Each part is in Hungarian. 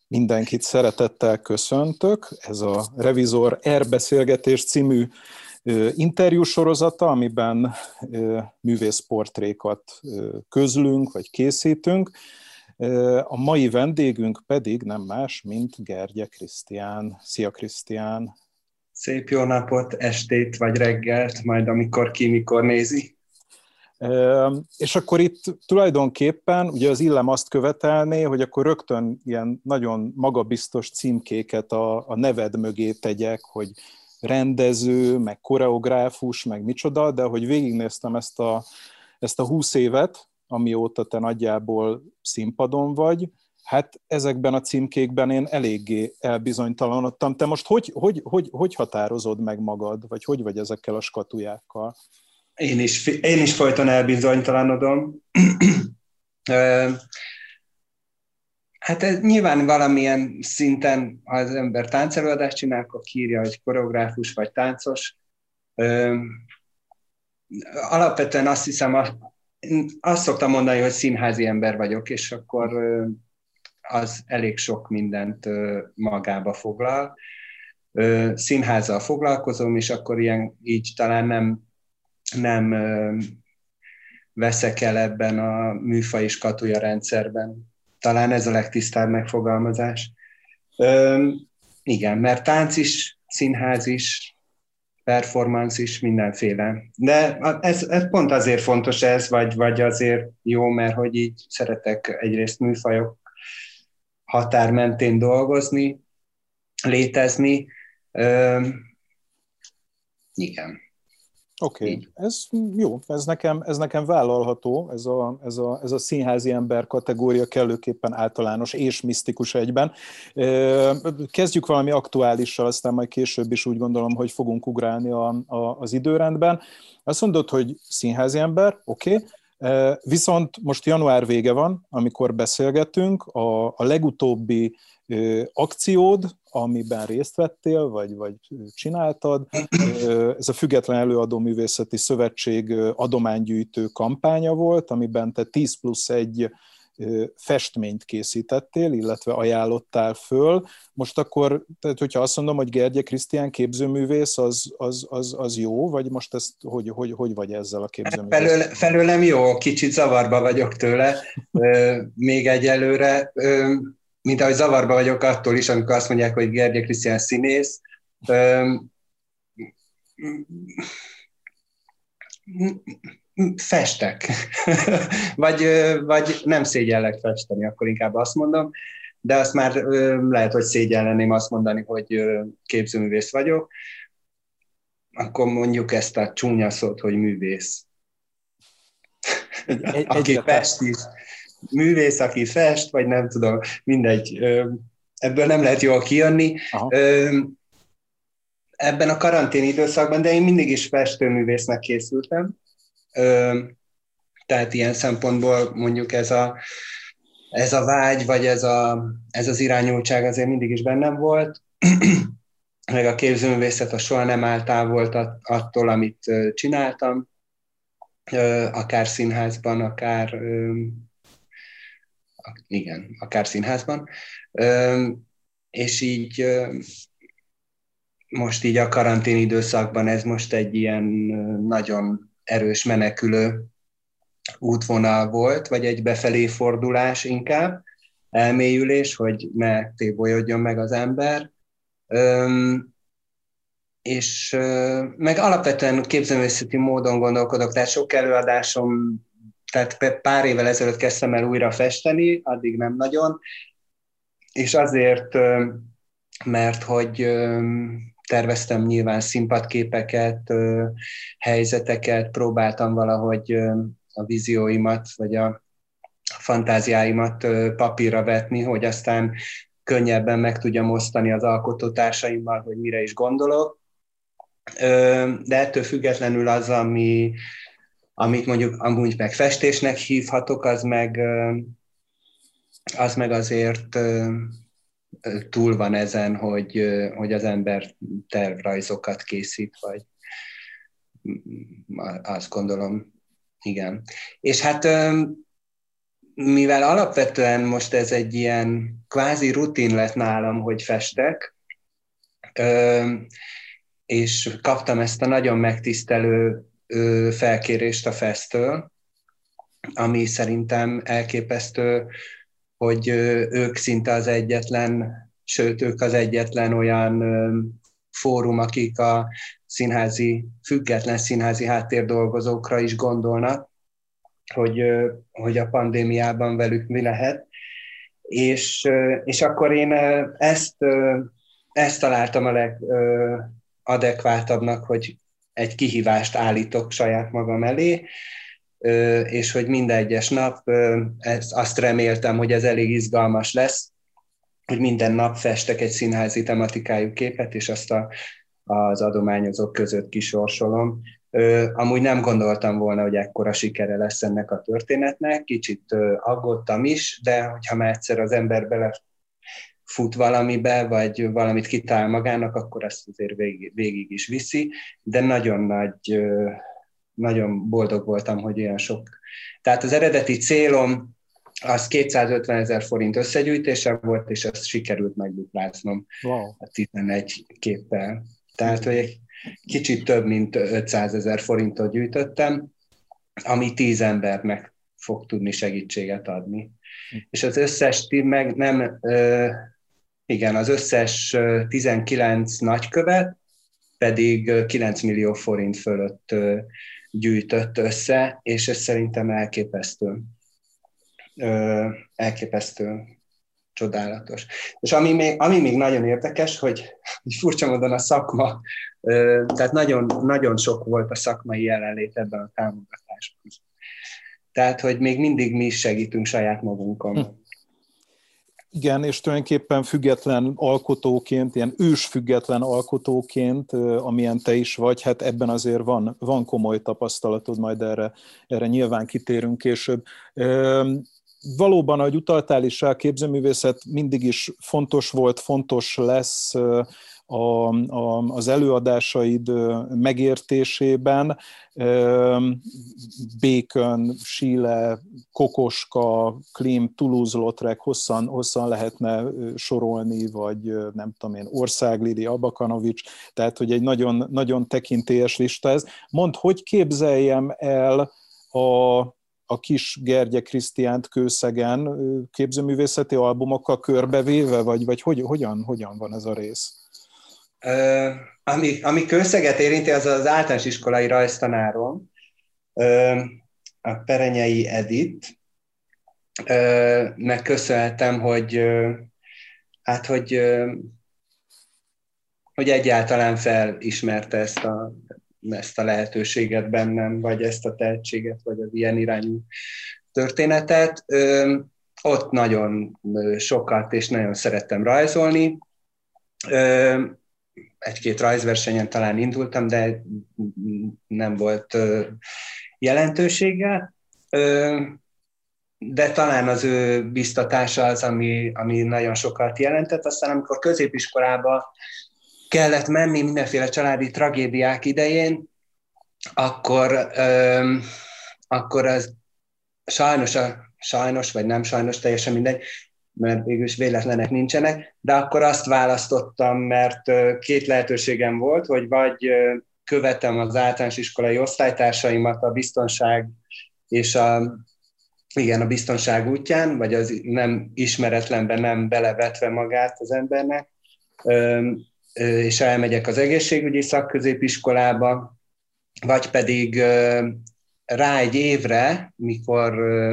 Mindenkit szeretettel köszöntök. Ez a Revizor R-beszélgetés című interjú sorozata, amiben művészportrékat közlünk, vagy készítünk. A mai vendégünk pedig nem más, mint Gergye Krisztián. Szia, Krisztián! Szép jó napot, estét vagy reggelt, majd amikor ki, mikor nézi. És akkor itt tulajdonképpen ugye az illem azt követelné, hogy akkor rögtön ilyen nagyon magabiztos címkéket a neved mögé tegyek, hogy rendező, meg koreográfus, meg micsoda, de hogy végignéztem ezt a 20 évet, amióta te nagyjából színpadon vagy, hát ezekben a címkékben én eléggé elbizonytalanodtam. Te most hogy határozod meg magad, vagy hogy vagy ezekkel a skatujákkal? Én is folyton elbizonytalanodom. Hát ez nyilván valamilyen szinten, ha az ember táncelőadást csinál, akkor írja, hogy koreográfus vagy táncos. Alapvetően azt hiszem, azt szoktam mondani, hogy színházi ember vagyok, és akkor az elég sok mindent magába foglal. Színházzal foglalkozom, és akkor így talán nem veszek el ebben a műfai skatuja rendszerben. Talán ez a legtisztább megfogalmazás. Igen, mert tánc is, színház is, performance is, mindenféle. De ez pont azért fontos vagy azért jó, mert hogy így szeretek egyrészt műfajok határ mentén dolgozni, létezni. Igen. Oké, ez jó, ez nekem vállalható, ez a színházi ember kategória kellőképpen általános és misztikus egyben. Kezdjük valami aktuálissal, aztán majd később is úgy gondolom, hogy fogunk ugrálni az időrendben. Azt mondod, hogy színházi ember, oké. Viszont most január vége van, amikor beszélgetünk, a legutóbbi akciód, amiben részt vettél, vagy csináltad, ez a Független Előadó Művészeti Szövetség adománygyűjtő kampánya volt, amiben te 10+1 festményt készítettél, illetve ajánlottál föl. Most akkor, tehát hogyha azt mondom, hogy Gergye Krisztián képzőművész, az jó, vagy most ezt hogy vagy ezzel a képzőművész? Felőlem jó, kicsit zavarba vagyok tőle, még egyelőre, mint ahogy zavarba vagyok attól is, amikor azt mondják, hogy Gergye Krisztián színész. Festek. vagy nem szégyellek festeni, akkor inkább azt mondom, de azt már lehet, hogy szégyelleném azt mondani, hogy képzőművész vagyok. Akkor mondjuk ezt a csúnya szót, hogy művész. Aki fest is. Művész, aki fest, vagy nem tudom, mindegy. Ebből nem lehet jól kijönni. Aha. Ebben a karantén időszakban, de én mindig is festőművésznek készültem. Tehát ilyen szempontból mondjuk ez a vágy, vagy ez az irányultság azért mindig is bennem volt. Meg a képzőművészet soha nem áll távol attól, amit csináltam. Akár színházban, akár színházban. És így most így a karantén időszakban ez most egy ilyen nagyon erős menekülő útvonal volt, vagy egy befelé fordulás inkább, elmélyülés, hogy ne tébolyodjon meg az ember. És meg alapvetően képzőművészeti módon gondolkodok, tehát sok előadásom, tehát pár évvel ezelőtt kezdtem el újra festeni, addig nem nagyon, és azért, mert hogy terveztem nyilván színpadképeket, helyzeteket, próbáltam valahogy a vízióimat, vagy a fantáziáimat papírra vetni, hogy aztán könnyebben meg tudjam osztani az alkotótársaimmal, hogy mire is gondolok. De ettől függetlenül az, amit mondjuk amúgy meg festésnek hívhatok, az meg azért túl van ezen, hogy az ember tervrajzokat készít, vagy azt gondolom, igen. És hát mivel alapvetően most ez egy ilyen kvázi rutin lett nálam, hogy festek, és kaptam ezt a nagyon megtisztelő felkérést a Festtől, ami szerintem elképesztő, hogy ők szinte az egyetlen, sőt, ők az egyetlen olyan fórum, akik a független színházi háttérdolgozókra is gondolnak, hogy a pandémiában velük mi lehet. És akkor én ezt találtam a legadekvátabbnak, hogy egy kihívást állítok saját magam elé, és hogy minden egyes nap azt reméltem, hogy ez elég izgalmas lesz, hogy minden nap festek egy színházi tematikájú képet, és azt az adományozók között kisorsolom. Amúgy nem gondoltam volna, hogy ekkora sikere lesz ennek a történetnek, kicsit aggódtam is, de hogyha már egyszer az ember belefut valamibe, vagy valamit kitál magának, akkor ezt azért végig is viszi, de nagyon boldog voltam, hogy olyan sok. Tehát az eredeti célom az 250 000 forint összegyűjtése volt, és ezt sikerült megdupláznom a 11 képpel. Tehát, hogy egy kicsit több, mint 500 000 forintot gyűjtöttem, ami 10 embernek fog tudni segítséget adni. És az összes az összes 19 nagykövet pedig 9 millió forint fölött gyűjtött össze, és ez szerintem elképesztő. Elképesztő, csodálatos. És ami még nagyon érdekes, hogy furcsa módon a szakma, tehát nagyon, nagyon sok volt a szakmai jelenlét ebben a támogatásban. Tehát, hogy még mindig mi is segítünk saját magunkon. Igen, és tulajdonképpen független alkotóként, ilyen ősfüggetlen alkotóként, amilyen te is vagy, hát ebben azért van komoly tapasztalatod, majd erre nyilván kitérünk később. Valóban, ahogy utaltál is rá, a képzőművészet mindig is fontos volt, fontos lesz az előadásaid megértésében. Bacon, Schiele, Kokoska, Klimt, Toulouse-Lautrec hosszan lehetne sorolni, vagy nem tudom én, Országlili, Abakanovics, tehát hogy egy nagyon, nagyon tekintélyes lista ez. Mondd, hogy képzeljem el a kis Gergye Krisztiánt Kőszegen képzőművészeti albumokkal körbevéve, vagy hogyan van ez a rész? Ami Kőszeget érinti, az az általános iskolai rajztanárom, a Perenyei Edith, nek köszönhetem, hogy egyáltalán felismerte ezt a lehetőséget bennem, vagy ezt a tehetséget, vagy az ilyen irányú történetet. Ott nagyon sokat és nagyon szerettem rajzolni. Egy-két rajzversenyen talán indultam, de nem volt jelentősége. De talán az ő biztatása az, ami nagyon sokat jelentett. Aztán amikor középiskolába kellett menni mindenféle családi tragédiák idején, akkor az sajnos, vagy nem sajnos, teljesen mindegy, mert végülis véletlenek nincsenek, de akkor azt választottam, mert két lehetőségem volt, hogy vagy követem az általános iskolai osztálytársaimat a biztonság és a biztonság útján, vagy az nem ismeretlenben nem belevetve magát az embernek, és elmegyek az egészségügyi szakközépiskolába, vagy pedig rá egy évre, mikor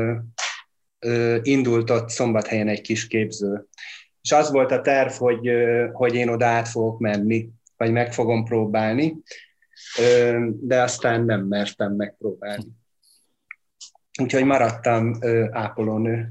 indult ott Szombathelyen egy kis képző. És az volt a terv, hogy én oda át fogok menni, vagy meg fogom próbálni, de aztán nem mertem megpróbálni. Úgyhogy maradtam ápolónő.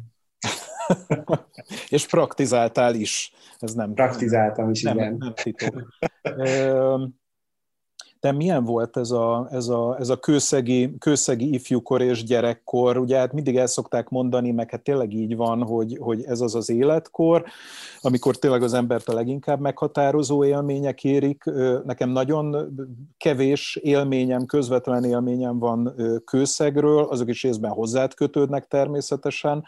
És praktizáltál is. Ez nem. Praktizáltam is, igen. Nem titok. De milyen volt ez a kőszegi ifjúkor és gyerekkor? Ugye hát mindig el szokták mondani, meg hát tényleg így van, hogy ez az életkor, amikor tényleg az embert a leginkább meghatározó élmények érik. Nekem nagyon kevés élményem, közvetlen élményem van kőszegről, azok is részben hozzád kötődnek természetesen,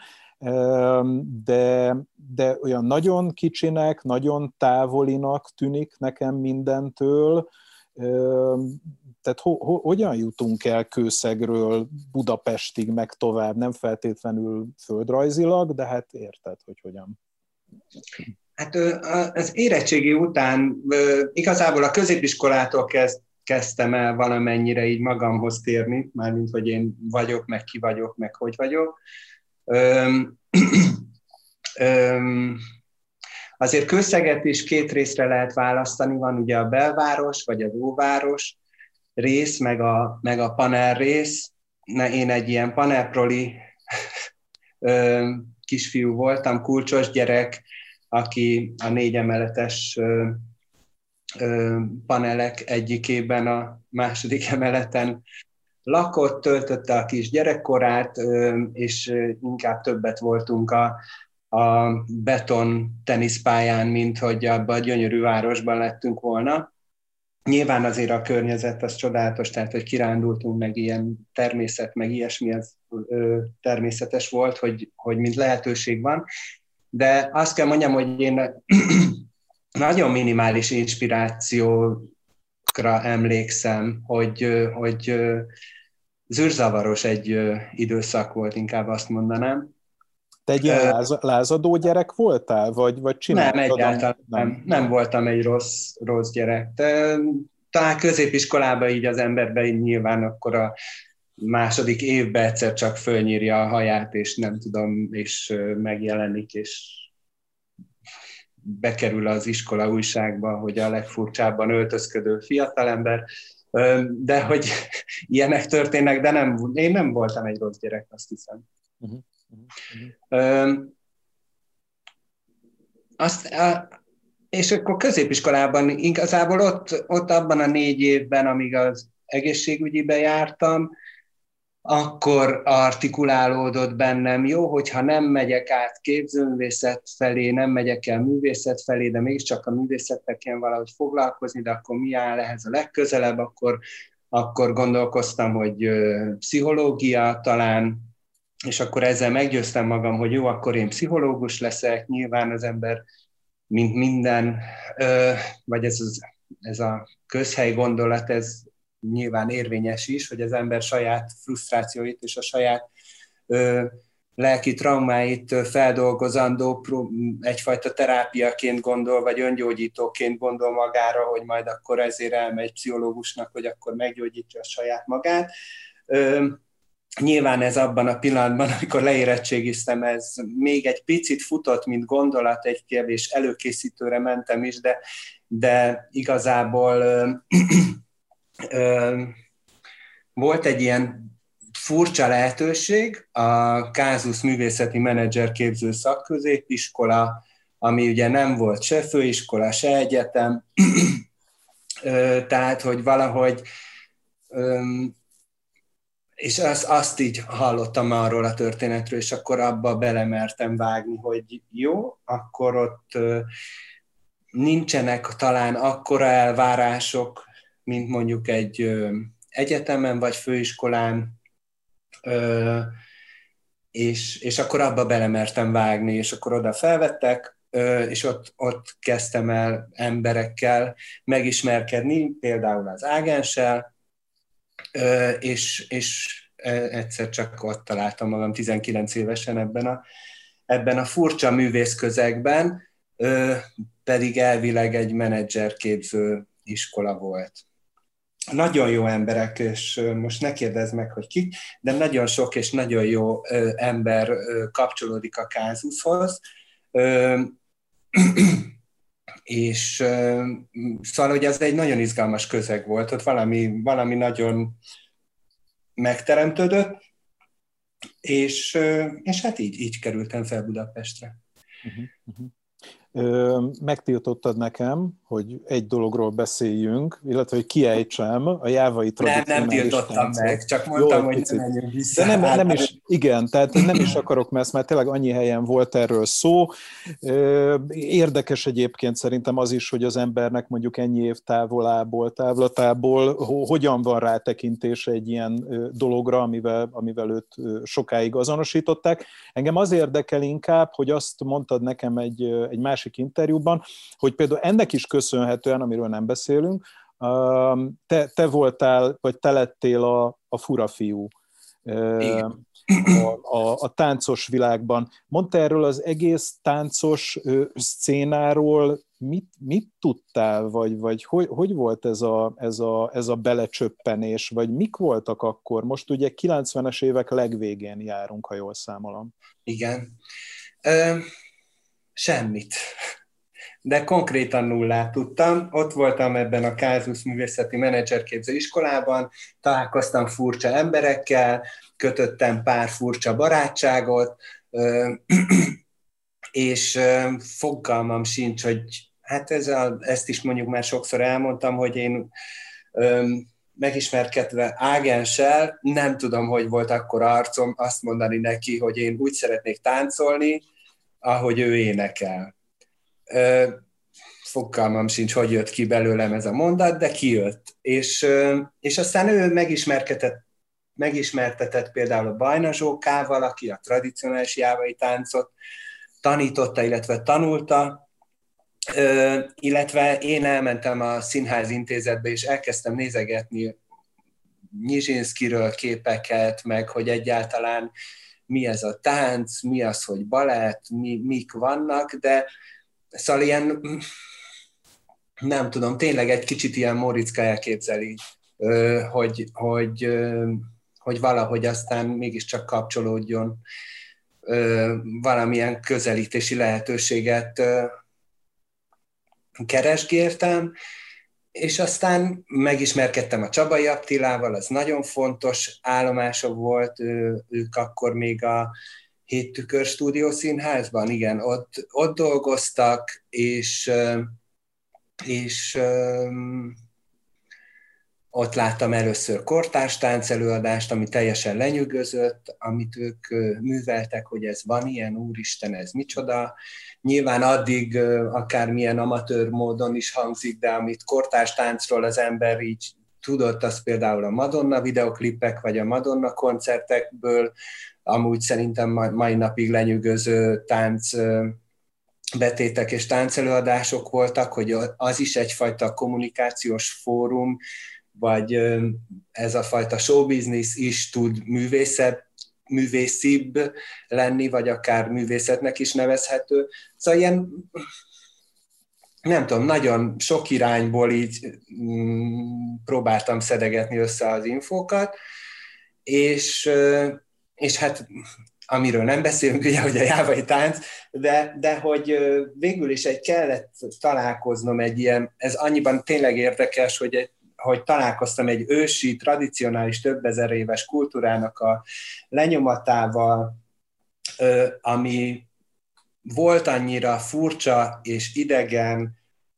de olyan nagyon kicsinek, nagyon távolinak tűnik nekem mindentől. Tehát hogyan jutunk el Kőszegről Budapestig, meg tovább? Nem feltétlenül földrajzilag, de hát érted, hogy hogyan. Hát az érettségi után igazából a középiskolától kezdtem el valamennyire így magamhoz térni, mármint, hogy én vagyok, meg ki vagyok, meg hogy vagyok. Azért Kőszeget is két részre lehet választani, van ugye a belváros, vagy az óváros rész, meg a panel rész. Én egy ilyen panelproli kisfiú voltam, kulcsos gyerek, aki a 4 emeletes panelek egyikében a második emeleten lakott, töltötte a kis gyerekkorát, és inkább többet voltunk a beton teniszpályán, mint hogy abban a gyönyörű városban lettünk volna. Nyilván azért a környezet az csodálatos, tehát hogy kirándultunk, meg ilyen természet, meg ilyesmi, az természetes volt, hogy mint lehetőség van. De azt kell mondjam, hogy én nagyon minimális inspirációkra emlékszem, hogy zűrzavaros egy időszak volt, inkább azt mondanám. Te egy ilyen lázadó gyerek voltál, vagy csináltad? Nem, egyáltalán nem voltam egy rossz gyerek. De talán középiskolában így az emberben így nyilván akkor a második évben egyszer csak fölnyírja a haját, és nem tudom, és megjelenik, és bekerül az iskola újságba, hogy a legfurcsábban öltözködő fiatalember, de hogy ilyenek történnek, de én nem voltam egy rossz gyerek, azt hiszem. És akkor középiskolában igazából ott abban a 4 évben, amíg az egészségügyibe jártam, akkor artikulálódott bennem, jó, hogyha nem megyek át képzőművészet felé, nem megyek el művészet felé, de mégiscsak a művészettel kell valahogy foglalkozni, de akkor mi áll ehhez a legközelebb, akkor gondolkoztam, hogy pszichológia talán, és akkor ezzel meggyőztem magam, hogy jó, akkor én pszichológus leszek, nyilván az ember, mint minden, vagy ez a közhely gondolat, ez nyilván érvényes is, hogy az ember saját frusztrációit és a saját lelki traumáit feldolgozandó egyfajta terápiaként gondol, vagy öngyógyítóként gondol magára, hogy majd akkor ezért elmegy pszichológusnak, hogy akkor meggyógyítja a saját magát. Nyilván ez abban a pillanatban, amikor leérettségiztem, ez még egy picit futott, mint gondolat, egy kevés előkészítőre mentem is, de igazából volt egy ilyen furcsa lehetőség, a Kázusz művészeti menedzser képző szakközépiskola, ami ugye nem volt se főiskola, se egyetem, tehát, hogy valahogy, és azt így hallottam arról a történetről, és akkor abba belemertem vágni, hogy jó, akkor ott nincsenek talán akkora elvárások, mint mondjuk egy egyetemen vagy főiskolán, és akkor abba belemertem vágni, és akkor oda felvettek, és ott kezdtem el emberekkel megismerkedni, például az ágenssel, és egyszer csak ott találtam magam 19 évesen ebben a furcsa művészközegben, pedig elvileg egy menedzserképző iskola volt. Nagyon jó emberek, és most ne kérdezz meg, hogy kik, de nagyon sok és nagyon jó ember kapcsolódik a Kázuszhoz. És szóval, hogy ez egy nagyon izgalmas közeg volt, ott valami nagyon megteremtődött, és hát így kerültem fel Budapestre. megtiltottad nekem, hogy egy dologról beszéljünk, illetve hogy kiejtsem a jávai Nem tradicionális tiltottam táncot. meg, csak mondtam, hogy picit. nem menjünk vissza. De nem is, igen, tehát nem is akarok messze, mert tényleg annyi helyen volt erről szó. Érdekes egyébként szerintem az is, hogy az embernek mondjuk ennyi év távlatából hogyan van rátekintése egy ilyen dologra, amivel őt sokáig azonosították. Engem az érdekel inkább, hogy azt mondtad nekem egy másik interjúban, hogy például ennek is köszönhetően, amiről nem beszélünk, te voltál, vagy te lettél a fura fiú a táncos világban. Mondta erről az egész táncos szcénáról, mit tudtál, vagy hogy volt ez a belecsöppenés, vagy mik voltak akkor? Most ugye 90-es évek legvégén járunk, ha jól számolom. Igen. Semmit. De konkrétan nullát tudtam. Ott voltam ebben a Kázusz művészeti menedzserképző iskolában, találkoztam furcsa emberekkel, kötöttem pár furcsa barátságot, és fogalmam sincs, hogy hát ezt is mondjuk már sokszor elmondtam, hogy én megismerkedve Ágenssel, nem tudom, hogy volt akkor arcom azt mondani neki, hogy én úgy szeretnék táncolni, ahogy ő énekel. Fogalmam sincs, hogy jött ki belőlem ez a mondat, de kijött. És aztán ő megismertetett például a Bajna Zsókával, aki a tradicionális jávai táncot tanította, illetve tanulta, illetve én elmentem a Színház Intézetbe, és elkezdtem nézegetni Nyizsinszkiről képeket, meg hogy egyáltalán mi ez a tánc, mi az, hogy balett, mik vannak, de szóval ilyen, nem tudom, tényleg egy kicsit ilyen Móriczka elképzeli, hogy valahogy aztán mégiscsak kapcsolódjon, valamilyen közelítési lehetőséget keresgéltem, és aztán megismerkedtem a Csabai Attilával, az nagyon fontos állomása volt, ők akkor még a Hét Tükör Stúdiószínházban, igen, ott dolgoztak, és ott láttam először kortárs táncelőadást, ami teljesen lenyűgözött, amit ők műveltek, hogy ez van ilyen, úristen, ez micsoda. Nyilván addig akármilyen amatőr módon is hangzik, de amit kortárs táncról az ember így tudott, az például a Madonna videoklipek, vagy a Madonna koncertekből, amúgy szerintem mai napig lenyűgöző tánc betétek és táncelőadások voltak, hogy az is egyfajta kommunikációs fórum, vagy ez a fajta showbiznisz is tud művészibb lenni, vagy akár művészetnek is nevezhető. Szóval ilyen, nem tudom, nagyon sok irányból így próbáltam szedegetni össze az infókat, és hát amiről nem beszélünk, ugye, hogy a jávai tánc, de hogy végül is kellett találkoznom egy ilyen, ez annyiban tényleg érdekes, hogy találkoztam egy ősi, tradicionális, több ezer éves kultúrának a lenyomatával, ami volt annyira furcsa és idegen,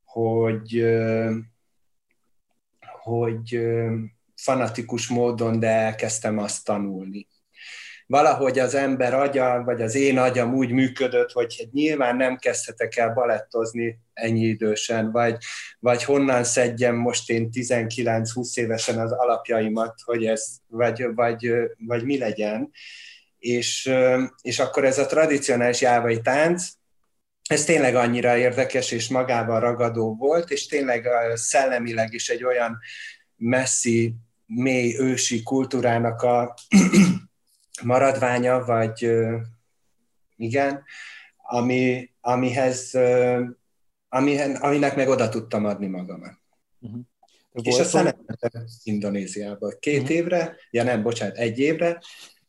hogy fanatikus módon, de elkezdtem azt tanulni. Valahogy az ember agya, vagy az én agyam úgy működött, hogy nyilván nem kezdhetek el balettozni ennyi idősen, vagy honnan szedjem most én 19-20 évesen az alapjaimat, hogy ez, vagy mi legyen. És akkor ez a tradicionális jávai tánc, ez tényleg annyira érdekes és magában ragadó volt, és tényleg szellemileg is egy olyan messzi, mély ősi kultúrának a maradványa, vagy igen, aminek meg oda tudtam adni magamat. Uh-huh. És aztán elmentem Indonéziába 2 évre, egy évre,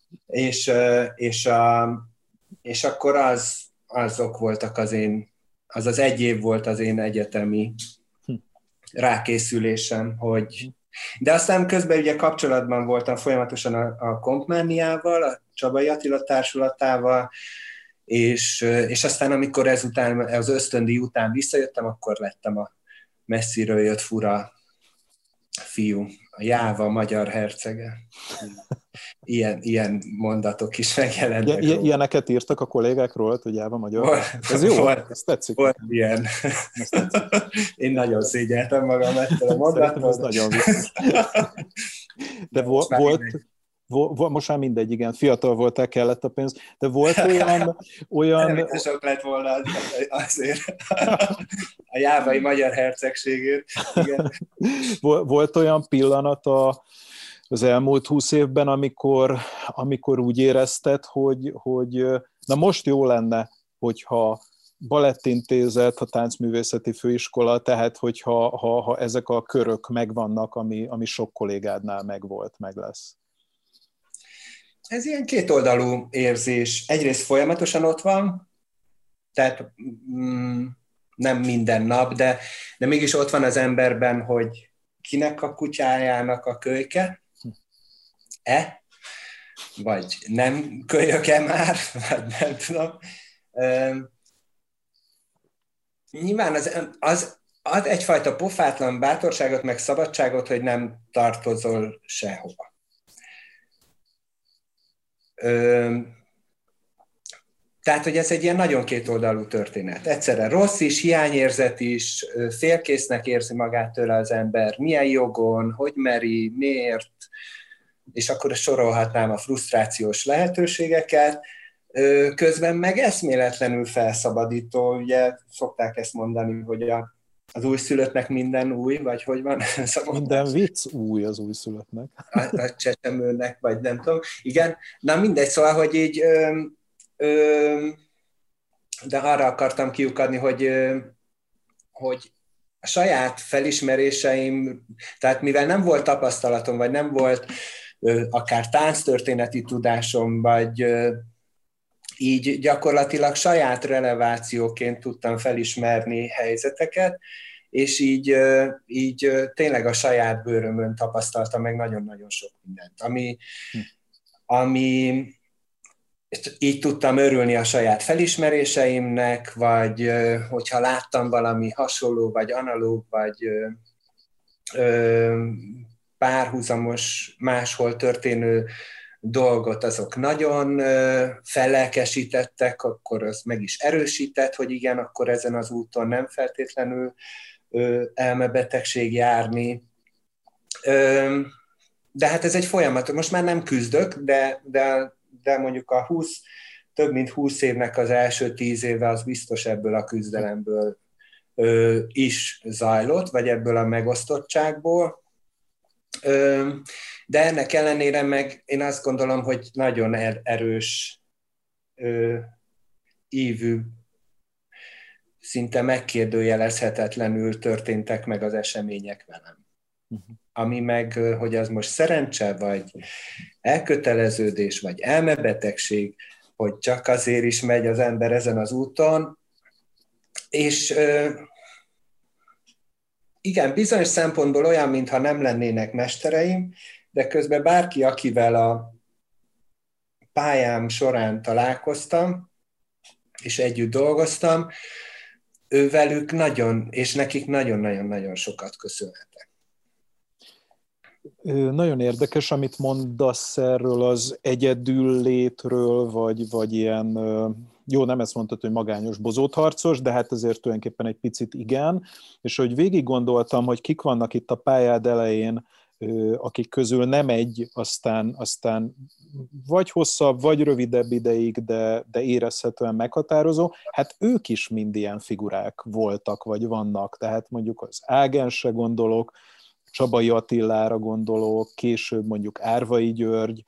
és akkor azok voltak az 1 év volt az én egyetemi rákészülésem, hogy... De aztán közben ugye kapcsolatban voltam folyamatosan a Kompániával, a Csabai Attila társulatával, és aztán amikor ezután, az ösztöndíj után visszajöttem, akkor lettem a messziről jött fura fiú, a Jáva magyar hercege. Ilyen mondatok is megjelentek. Ilyeneket írtak a kollégák rólad, hogy Jáva magyar? Ez jó, ez tetszik. Volt ilyen. Én nagyon szégyeltem magam ettől a mondattól. Ez nagyon vicces. De most már mindegy, igen, fiatal voltál, kellett a pénz, de volt olyan... Sok lett volna azért a jávai magyar hercegségért. Igen. Volt olyan pillanat az elmúlt 20 évben, amikor úgy érezted, hogy na most jó lenne, hogyha balettintézet, ha táncművészeti főiskola, tehát hogyha ezek a körök megvannak, ami sok kollégádnál megvolt, meg lesz. Ez ilyen kétoldalú érzés. Egyrészt folyamatosan ott van, tehát nem minden nap, de mégis ott van az emberben, hogy kinek a kutyájának a kölyke, vagy nem kölyök-e már, vagy nem tudom. Nyilván az ad egyfajta pofátlan bátorságot, meg szabadságot, hogy nem tartozol sehova. Tehát, hogy ez egy ilyen nagyon kétoldalú történet. Egyszerre rossz is, hiányérzet is, félkésznek érzi magát tőle az ember, milyen jogon, hogy meri, miért, és akkor sorolhatnám a frusztrációs lehetőségeket, közben meg eszméletlenül felszabadító, ugye szokták ezt mondani, hogy az újszülöttnek minden új, vagy hogy van? Minden vicc új az újszülöttnek. A csecsemőnek, vagy nem tudom. Igen, na mindegy, szóval, hogy így, de arra akartam kiukadni, hogy a saját felismeréseim, tehát mivel nem volt tapasztalatom, vagy nem volt akár tánctörténeti tudásom, vagy így gyakorlatilag saját relevációként tudtam felismerni helyzeteket, és így tényleg a saját bőrömön tapasztaltam meg nagyon-nagyon sok mindent, ami így tudtam örülni a saját felismeréseimnek, vagy hogyha láttam valami hasonló, vagy analóg, vagy párhuzamos, máshol történő dolgot, azok nagyon fellelkesítettek, akkor az meg is erősített, hogy igen, akkor ezen az úton nem feltétlenül elmebetegség járni. De hát ez egy folyamat. Most már nem küzdök, de mondjuk több mint 20 évnek az első 10 éve az biztos ebből a küzdelemből is zajlott, vagy ebből a megosztottságból. De ennek ellenére meg én azt gondolom, hogy nagyon erős ívű, szinte megkérdőjelezhetetlenül történtek meg az események velem. Ami meg, hogy az most szerencse, vagy elköteleződés, vagy elmebetegség, hogy csak azért is megy az ember ezen az úton, és igen, bizonyos szempontból olyan, mintha nem lennének mestereim, de közben bárki, akivel a pályám során találkoztam, és együtt dolgoztam, ővelük nagyon, és nekik nagyon-nagyon-nagyon sokat köszönhetek. Nagyon érdekes, amit mondasz erről az egyedül létről, vagy ilyen, jó, nem ezt mondtad, hogy magányos bozótharcos, de hát azért tulajdonképpen egy picit igen, és hogy végig gondoltam, hogy kik vannak itt a pályád elején, akik közül nem egy, aztán vagy hosszabb, vagy rövidebb ideig, de érezhetően meghatározó, hát ők is mind ilyen figurák voltak, vagy vannak, tehát mondjuk az Ágensre gondolok, Csabai Attilára gondolok, később mondjuk Árvai György,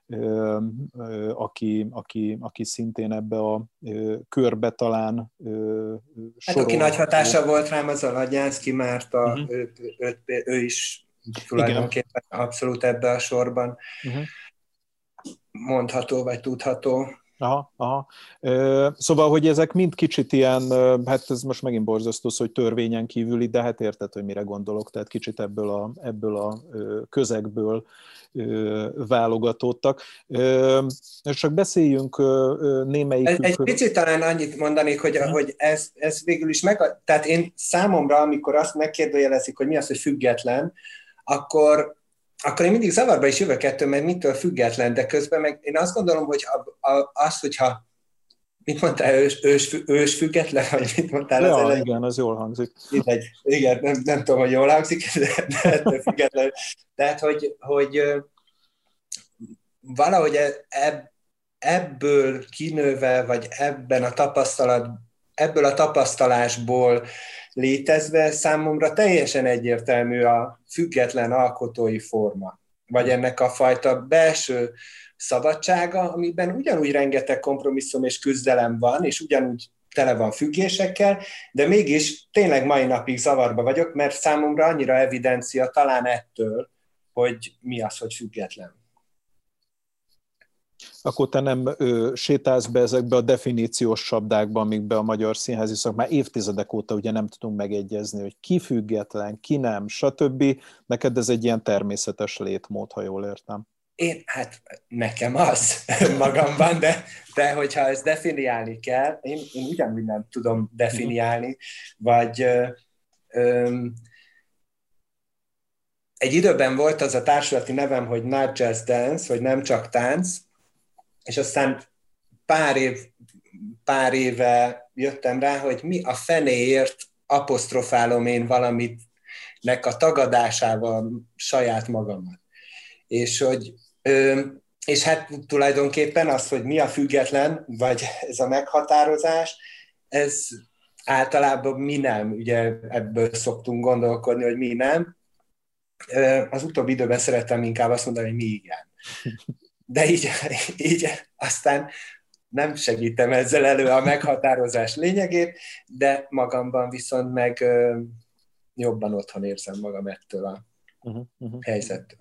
aki szintén ebbe a körbe talán hát aki nagy hatása volt rám, az a Lagyánszky Márta, ő is tulajdonképpen abszolút ebbe a sorban mondható, vagy tudható. Aha, aha. Szóval, hogy ezek mind kicsit ilyen, hát ez most megint borzasztó, hogy törvényen kívüli, de hát érted, hogy mire gondolok, tehát kicsit ebből a közegből válogatódtak. Csak beszéljünk némelyikükről. Egy picit talán annyit mondanék, hogy ez végül is tehát én számomra, amikor azt megkérdőjelezik, hogy mi az, hogy független, akkor én mindig zavarba is jövök ettől, mert mitől független, de közben meg én azt gondolom, hogy hogyha mit mondtál, ős független, vagy mit mondtál? Ja, igen, az jól hangzik. Igen, nem tudom, hogy jól hangzik, de ettől független. Tehát, hogy valahogy ebből kinőve, vagy ebből a tapasztalásból létezve számomra teljesen egyértelmű a független alkotói forma, vagy ennek a fajta belső szabadsága, amiben ugyanúgy rengeteg kompromisszum és küzdelem van, és ugyanúgy tele van függésekkel, de mégis tényleg mai napig zavarba vagyok, mert számomra annyira evidencia talán ettől, hogy mi az, hogy független. Akkor te nem sétálsz be ezekbe a definíciós csapdákba, amikbe a magyar színházi szak már évtizedek óta ugye nem tudunk megegyezni, hogy ki független, ki nem, stb. Neked ez egy ilyen természetes létmód, ha jól értem. Hát nekem az magamban, de hogyha ezt definiálni kell, én ugyanúgy nem tudom definiálni, vagy egy időben volt az a társulati nevem, hogy Not Just Dance, vagy nem csak tánc, és aztán pár éve jöttem rá, hogy mi a fenéért apostrofálom én valamitnek a tagadásával saját magamat. És hát tulajdonképpen az, hogy mi a független, vagy ez a meghatározás, ez általában mi nem, ugye ebből szoktunk gondolkodni, hogy mi nem. Az utóbbi időben szerettem inkább azt mondani, hogy mi igen. De így aztán nem segítem ezzel elő a meghatározás lényegét, de magamban viszont meg jobban otthon érzem magam ettől a helyzettől.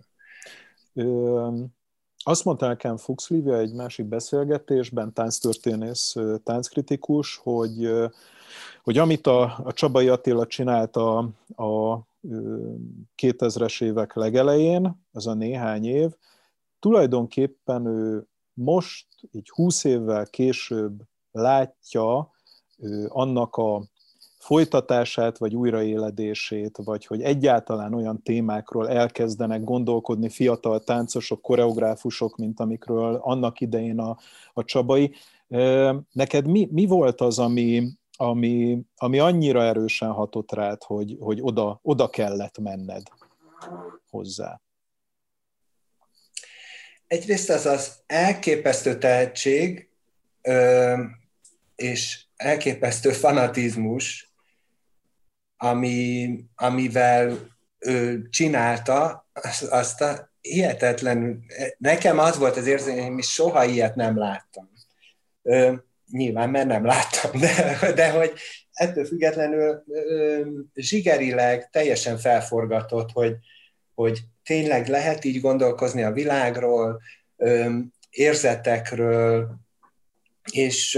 Azt mondta nekem Fuchs Lívia egy másik beszélgetésben, tánctörténész, tánckritikus, hogy amit a Csabai Attila csinált a 2000-es évek legelején, az a néhány év, tulajdonképpen ő most, így 20 évvel később látja annak a folytatását, vagy újraéledését, vagy hogy egyáltalán olyan témákról elkezdenek gondolkodni fiatal táncosok, koreográfusok, mint amikről annak idején a Csabai. Neked mi volt az, ami annyira erősen hatott rád, hogy oda kellett menned hozzá? Egyrészt az elképesztő tehetség és elképesztő fanatizmus, amivel ő csinálta, azt a hihetetlenül, nekem az volt az érzésem, hogy soha ilyet nem láttam. Nyilván, mert nem láttam, de hogy ettől függetlenül zsigerileg teljesen felforgatott, hogy tényleg lehet így gondolkozni a világról, érzetekről, és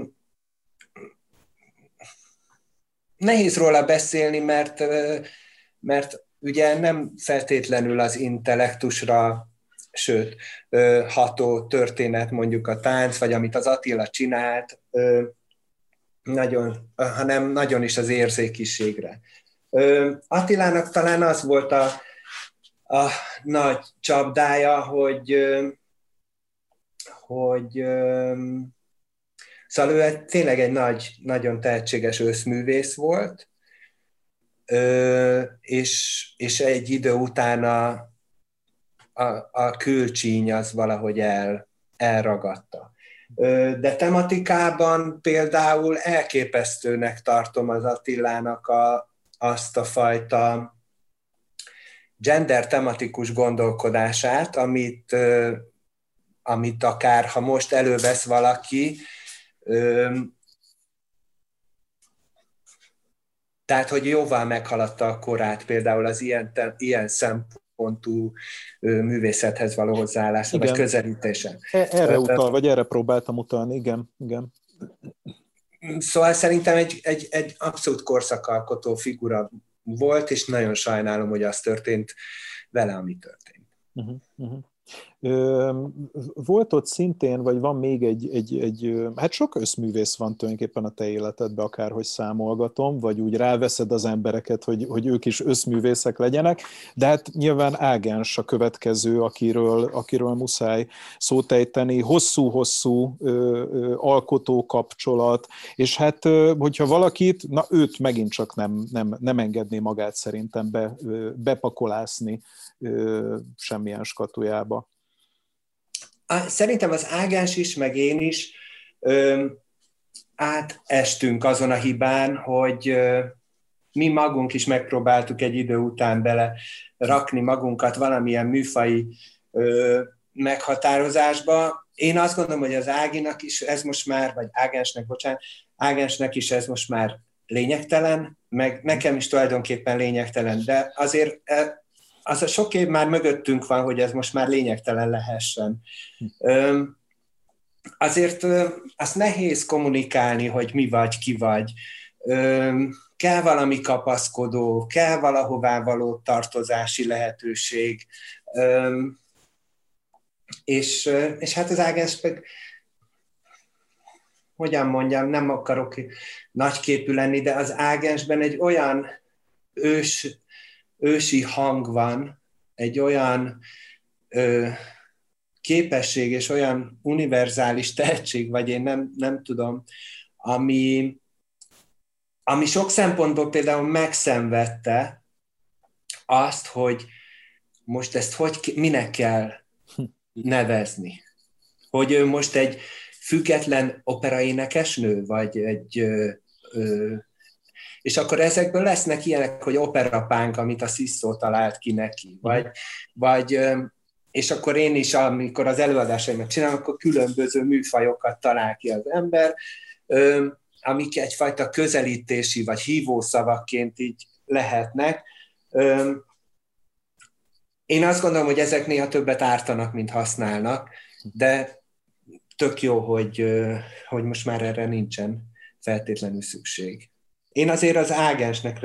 nehéz róla beszélni, mert ugye nem feltétlenül az intellektusra, sőt, ható történet mondjuk a tánc, vagy amit az Attila csinált, hanem nagyon is az érzékiségre. Attilának talán az volt a nagy csapdája, szóval ő tényleg egy nagyon tehetséges őszművész volt, és egy idő után a külcsíny az valahogy elragadta. De tematikában például elképesztőnek tartom az Attilának azt a fajta gender tematikus gondolkodását, amit akár, ha most elővesz valaki, tehát, hogy jóval meghaladta a korát például az ilyen szempontból. pontú művészethez való hozzáállása, vagy közelítése. Erre utal, vagy erre próbáltam utalni, igen. Szóval szerintem egy abszolút korszakalkotó figura volt, és nagyon sajnálom, hogy az történt vele, ami történt. Volt ott szintén, vagy van még hát sok összművész van tulajdonképpen a te életedben, akárhogy számolgatom, vagy úgy ráveszed az embereket, hogy ők is összművészek legyenek, de hát nyilván Ágens a következő, akiről muszáj szót ejteni, hosszú-hosszú alkotó kapcsolat, és hát hogyha valakit, na őt megint csak nem engedné magát szerintem bepakolászni semmilyen skatujába. Szerintem az Ágás is, meg én is átestünk azon a hibán, hogy mi magunk is megpróbáltuk egy idő után bele rakni magunkat valamilyen műfaji meghatározásba. Én azt gondolom, hogy az Áginak is ez most már, vagy Ágensnek is ez most már lényegtelen, meg nekem is tulajdonképpen lényegtelen, de azért az a sok év már mögöttünk van, hogy ez most már lényegtelen lehessen. Azért azt nehéz kommunikálni, hogy mi vagy, ki vagy. Kell valami kapaszkodó, kell valahová való tartozási lehetőség. És hát az Ágnes meg, hogyan mondjam, nem akarok nagyképű lenni, de az Ágensben egy olyan ősi hang van, egy olyan képesség és olyan univerzális tehetség, vagy én nem tudom, ami sok szempontból például megszenvedte azt, hogy most ezt minek kell nevezni. Hogy ő most egy független operaénekesnő, vagy és akkor ezekből lesznek ilyenek, hogy operapánk, amit a Sziszó talált ki neki. Vagy és akkor én is, amikor az előadásaimat csinálom, akkor különböző műfajokat talál ki az ember, amik egyfajta közelítési vagy hívószavakként így lehetnek. Én azt gondolom, hogy ezek néha többet ártanak, mint használnak, de tök jó, hogy most már erre nincsen feltétlenül szükség. Én azért az Ágensnek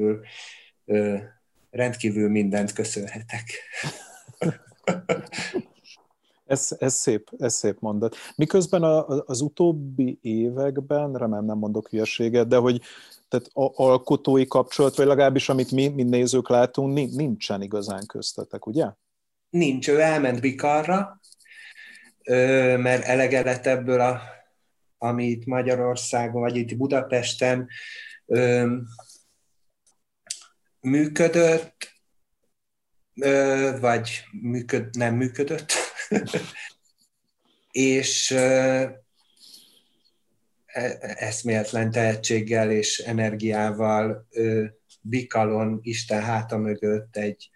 rendkívül mindent köszönhetek. Ez szép mondat. Miközben az utóbbi években, remélem nem mondok hülyeséget, de hogy tehát alkotói kapcsolat, vagy legalábbis amit mi nézők látunk, nincsen igazán köztetek, ugye? Nincs, ő elment Bikarra, mert elege lett ebből, ami itt Magyarországon, vagy itt Budapesten működött, vagy nem működött, és eszméletlen tehetséggel és energiával Bikalon, Isten háta mögött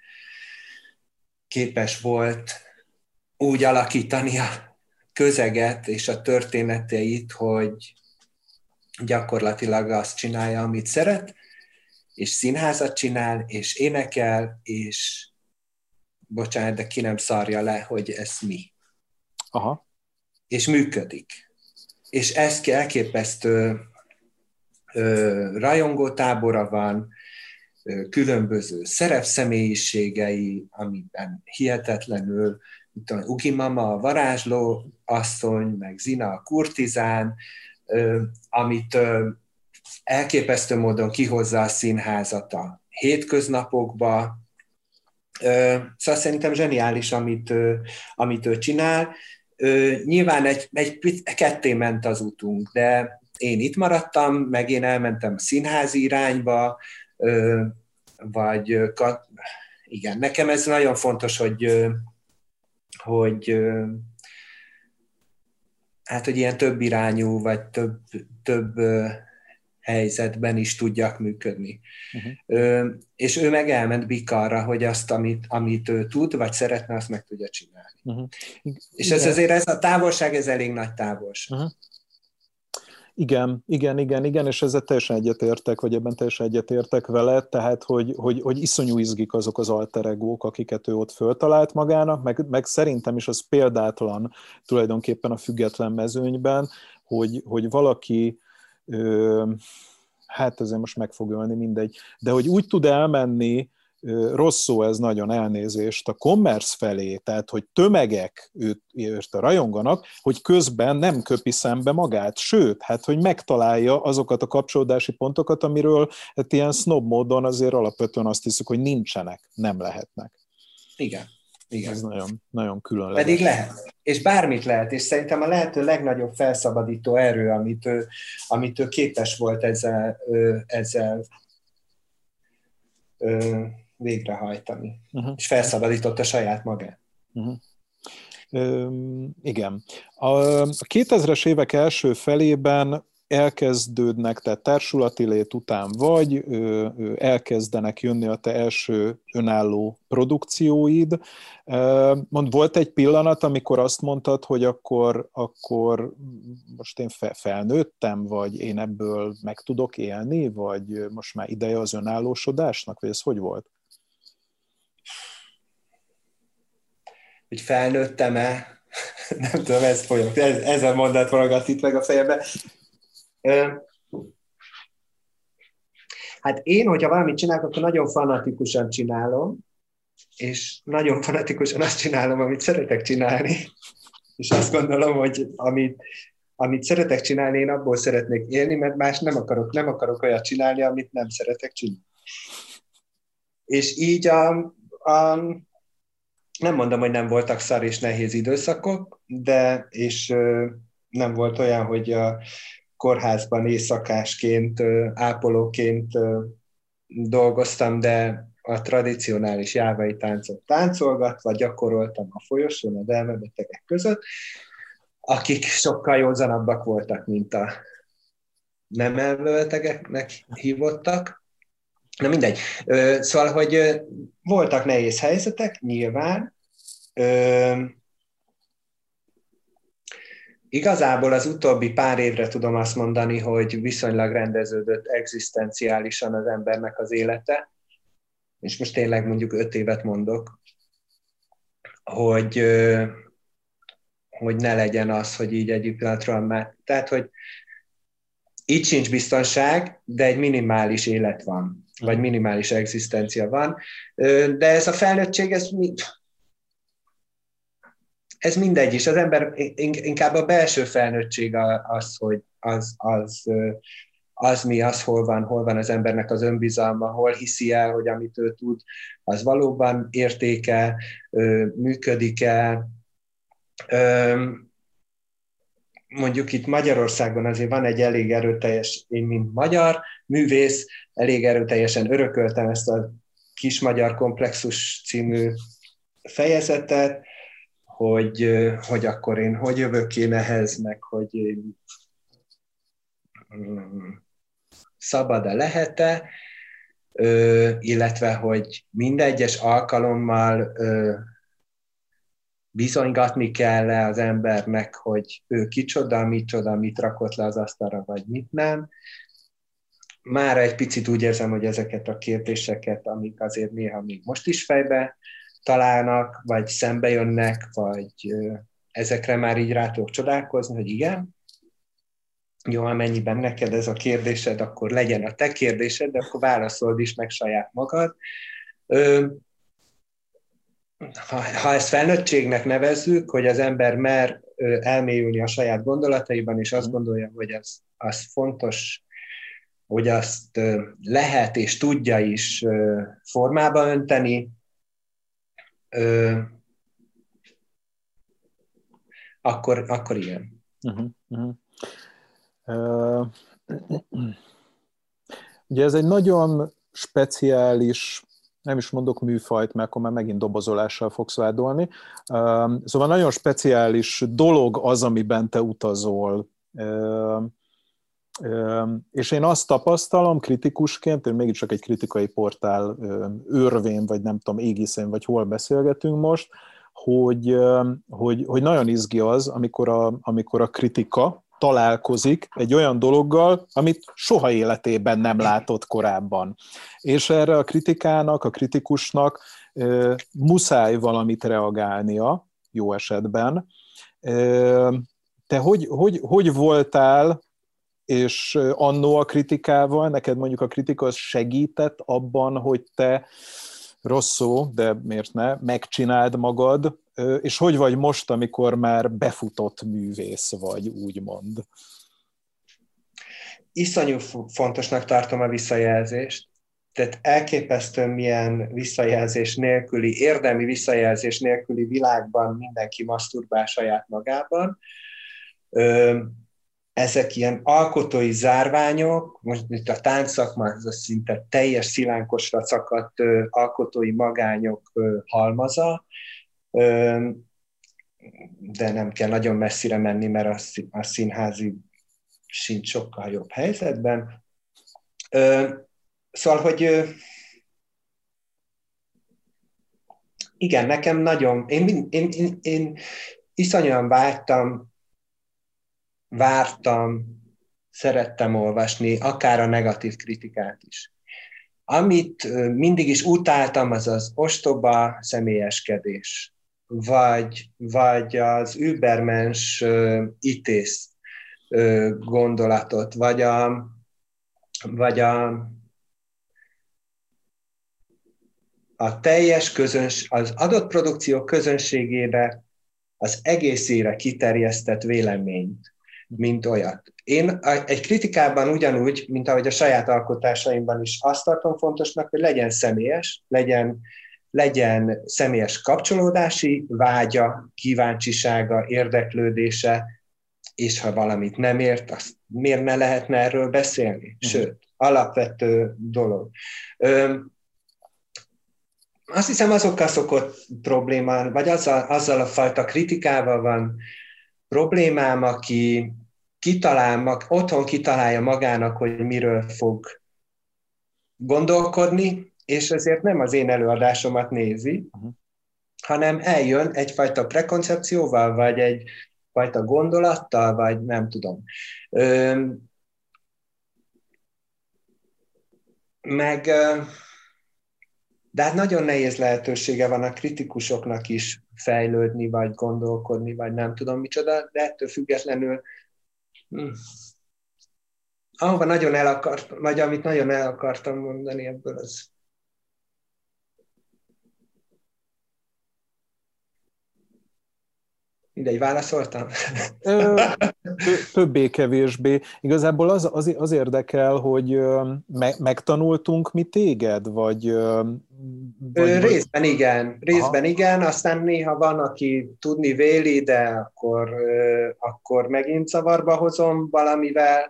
képes volt úgy alakítani a közeget és a történeteit, hogy gyakorlatilag azt csinálja, amit szeret, és színházat csinál, és énekel, és bocsánat, de ki nem szarja le, hogy ez mi. Aha. És működik. És ez elképesztő rajongótábora van, különböző szerepszemélyiségei, amiben hihetetlenül, Ugi Mama a varázsló asszony, meg Zina a kurtizán, amit elképesztő módon kihozza a színházat a hétköznapokba. Szóval szerintem zseniális, amit ő csinál. Nyilván egy ketté ment az utunk, de én itt maradtam, meg én elmentem a színházi irányba, vagy igen, nekem ez nagyon fontos, hogy ilyen több irányú, vagy több helyzetben is tudjak működni. Uh-huh. És ő meg elment Bikarra, hogy azt, amit ő tud, vagy szeretne, azt meg tudja csinálni. Uh-huh. És ez azért, ez a távolság, ez elég nagy távolság. Uh-huh. Igen, és ezzel teljesen egyetértek, vagy ebben teljesen egyetértek vele, tehát, hogy iszonyú izgik azok az alter egók, akiket ő ott föltalált magának, meg szerintem is az példátlan tulajdonképpen a független mezőnyben, hogy valaki, hát ezért most meg fog ölni, mindegy, de hogy úgy tud elmenni, rossz szó ez, nagyon elnézést, a commerce felé, tehát hogy tömegek őt rajonganak, hogy közben nem köpi szembe magát, sőt, hát hogy megtalálja azokat a kapcsolódási pontokat, amiről hát ilyen snob módon azért alapvetően azt hiszük, hogy nincsenek, nem lehetnek. Igen. Ez nagyon, nagyon különleges. Pedig lehet. És bármit lehet, és szerintem a lehető legnagyobb felszabadító erő, amit ő képes volt ezzel végrehajtani. És felszabadította saját magát. Igen. A 2000-es évek első felében elkezdődnek, tehát társulati lét után vagy elkezdenek jönni a te első önálló produkcióid. Volt egy pillanat, amikor azt mondtad, hogy akkor most én felnőttem, vagy én ebből meg tudok élni, vagy most már ideje az önállósodásnak, vagy ez hogy volt? Hogy felnőttem-e? Nem tudom, ez a mondat forgat itt meg a fejembe. Hát én, hogyha valamit csinálok, akkor nagyon fanatikusan csinálom, és nagyon fanatikusan azt csinálom, amit szeretek csinálni, és azt gondolom, hogy amit szeretek csinálni, én abból szeretnék élni, mert más nem akarok olyat csinálni, amit nem szeretek csinálni. És így nem mondom, hogy nem voltak szar és nehéz időszakok, és nem volt olyan, hogy a kórházban éjszakásként, ápolóként dolgoztam, de a tradicionális jávai táncot táncolgatva gyakoroltam a folyosón az elmebetegek között, akik sokkal józanabbak voltak, mint a nem elmebetegeknek hívottak. Na mindegy. Szóval, hogy voltak nehéz helyzetek, nyilván. Igazából az utóbbi pár évre tudom azt mondani, hogy viszonylag rendeződött egzisztenciálisan az embernek az élete, és most tényleg mondjuk 5 évet mondok, hogy ne legyen az, hogy így egyik pillanatról már. Tehát, hogy itt sincs biztonság, de egy minimális élet van, vagy minimális egzisztencia van, de ez a felnőttség, ez mindegy is. Az ember inkább a belső felnőttség az, hogy az mi, az hol van az embernek az önbizalma, hol hiszi el, hogy amit ő tud, az valóban értéke, működik-e. Mondjuk itt Magyarországon azért van egy elég erőteljes, én mint magyar művész, elég erőteljesen örököltem ezt a Kis Magyar Komplexus című fejezetet, hogy akkor én hogy jövök én ehhez, meg hogy én szabad-e, lehet-e, illetve hogy mindegyes alkalommal bizonygatni kell az embernek, hogy ő kicsoda, mit rakott le az asztalra, vagy mit nem. Már egy picit úgy érzem, hogy ezeket a kérdéseket, amik azért néha még most is fejbe találnak, vagy szembe jönnek, vagy ezekre már így rá tudok csodálkozni, hogy igen, jó, amennyiben neked ez a kérdésed, akkor legyen a te kérdésed, de akkor válaszold is meg saját magad. Ha ezt felnőttségnek nevezzük, hogy az ember mer elmélyülni a saját gondolataiban, és azt gondolja, hogy az fontos, hogy azt lehet és tudja is formába önteni, akkor igen. Ugye ez egy nagyon speciális, nem is mondok műfajt, mert akkor már megint dobozolással fogsz vádolni. Szóval nagyon speciális dolog az, amiben te utazol. És én azt tapasztalom kritikusként, én mégiscsak egy kritikai portál őrvén, vagy nem tudom, égiszén, vagy hol beszélgetünk most, hogy nagyon izgi az, amikor a kritika, találkozik egy olyan dologgal, amit soha életében nem látott korábban. És erre a kritikának, a kritikusnak muszáj valamit reagálnia, jó esetben. Te hogy voltál, és annó a kritikával, neked mondjuk a kritika az segített abban, hogy te rossz szó, de miért ne, megcsináld magad, és hogy vagy most, amikor már befutott művész vagy, úgymond? Iszonyú fontosnak tartom a visszajelzést, tehát elképesztő milyen visszajelzés nélküli, érdemi visszajelzés nélküli világban mindenki maszturbál saját magában. Ezek ilyen alkotói zárványok, most itt a táncszakma, ez a szinte teljes szilánkosra szakadt alkotói magányok halmaza, de nem kell nagyon messzire menni, mert a színházi sincs sokkal jobb helyzetben. Szóval, hogy igen, nekem nagyon, én iszonyúan vártam, szerettem olvasni, akár a negatív kritikát is. Amit mindig is utáltam, az az ostoba személyeskedés, vagy az übermens ítész gondolatot, vagy a teljes az adott produkció közönségére, az egészére kiterjesztett véleményt, mint olyat. Én egy kritikában ugyanúgy, mint ahogy a saját alkotásaimban is azt tartom fontosnak, hogy legyen személyes, legyen személyes kapcsolódási vágya, kíváncsisága, érdeklődése, és ha valamit nem ért, azt miért ne lehetne erről beszélni? Sőt, alapvető dolog. Azt hiszem, azokkal szokott problémám, vagy azzal a fajta kritikával van problémám, aki otthon kitalálja magának, hogy miről fog gondolkodni, és ezért nem az én előadásomat nézi, hanem eljön egyfajta prekoncepcióval, vagy egyfajta gondolattal, vagy nem tudom. De hát nagyon nehéz lehetősége van a kritikusoknak is fejlődni, vagy gondolkodni, vagy nem tudom micsoda, de ettől függetlenül ahova nagyon vagy amit nagyon el akartam mondani ebből az. Mindegy, válaszoltam? Többé-kevésbé. Igazából az érdekel, hogy megtanultunk mi téged, vagy részben igen. Részben igen, aztán néha van, aki tudni véli, de akkor megint zavarba hozom valamivel.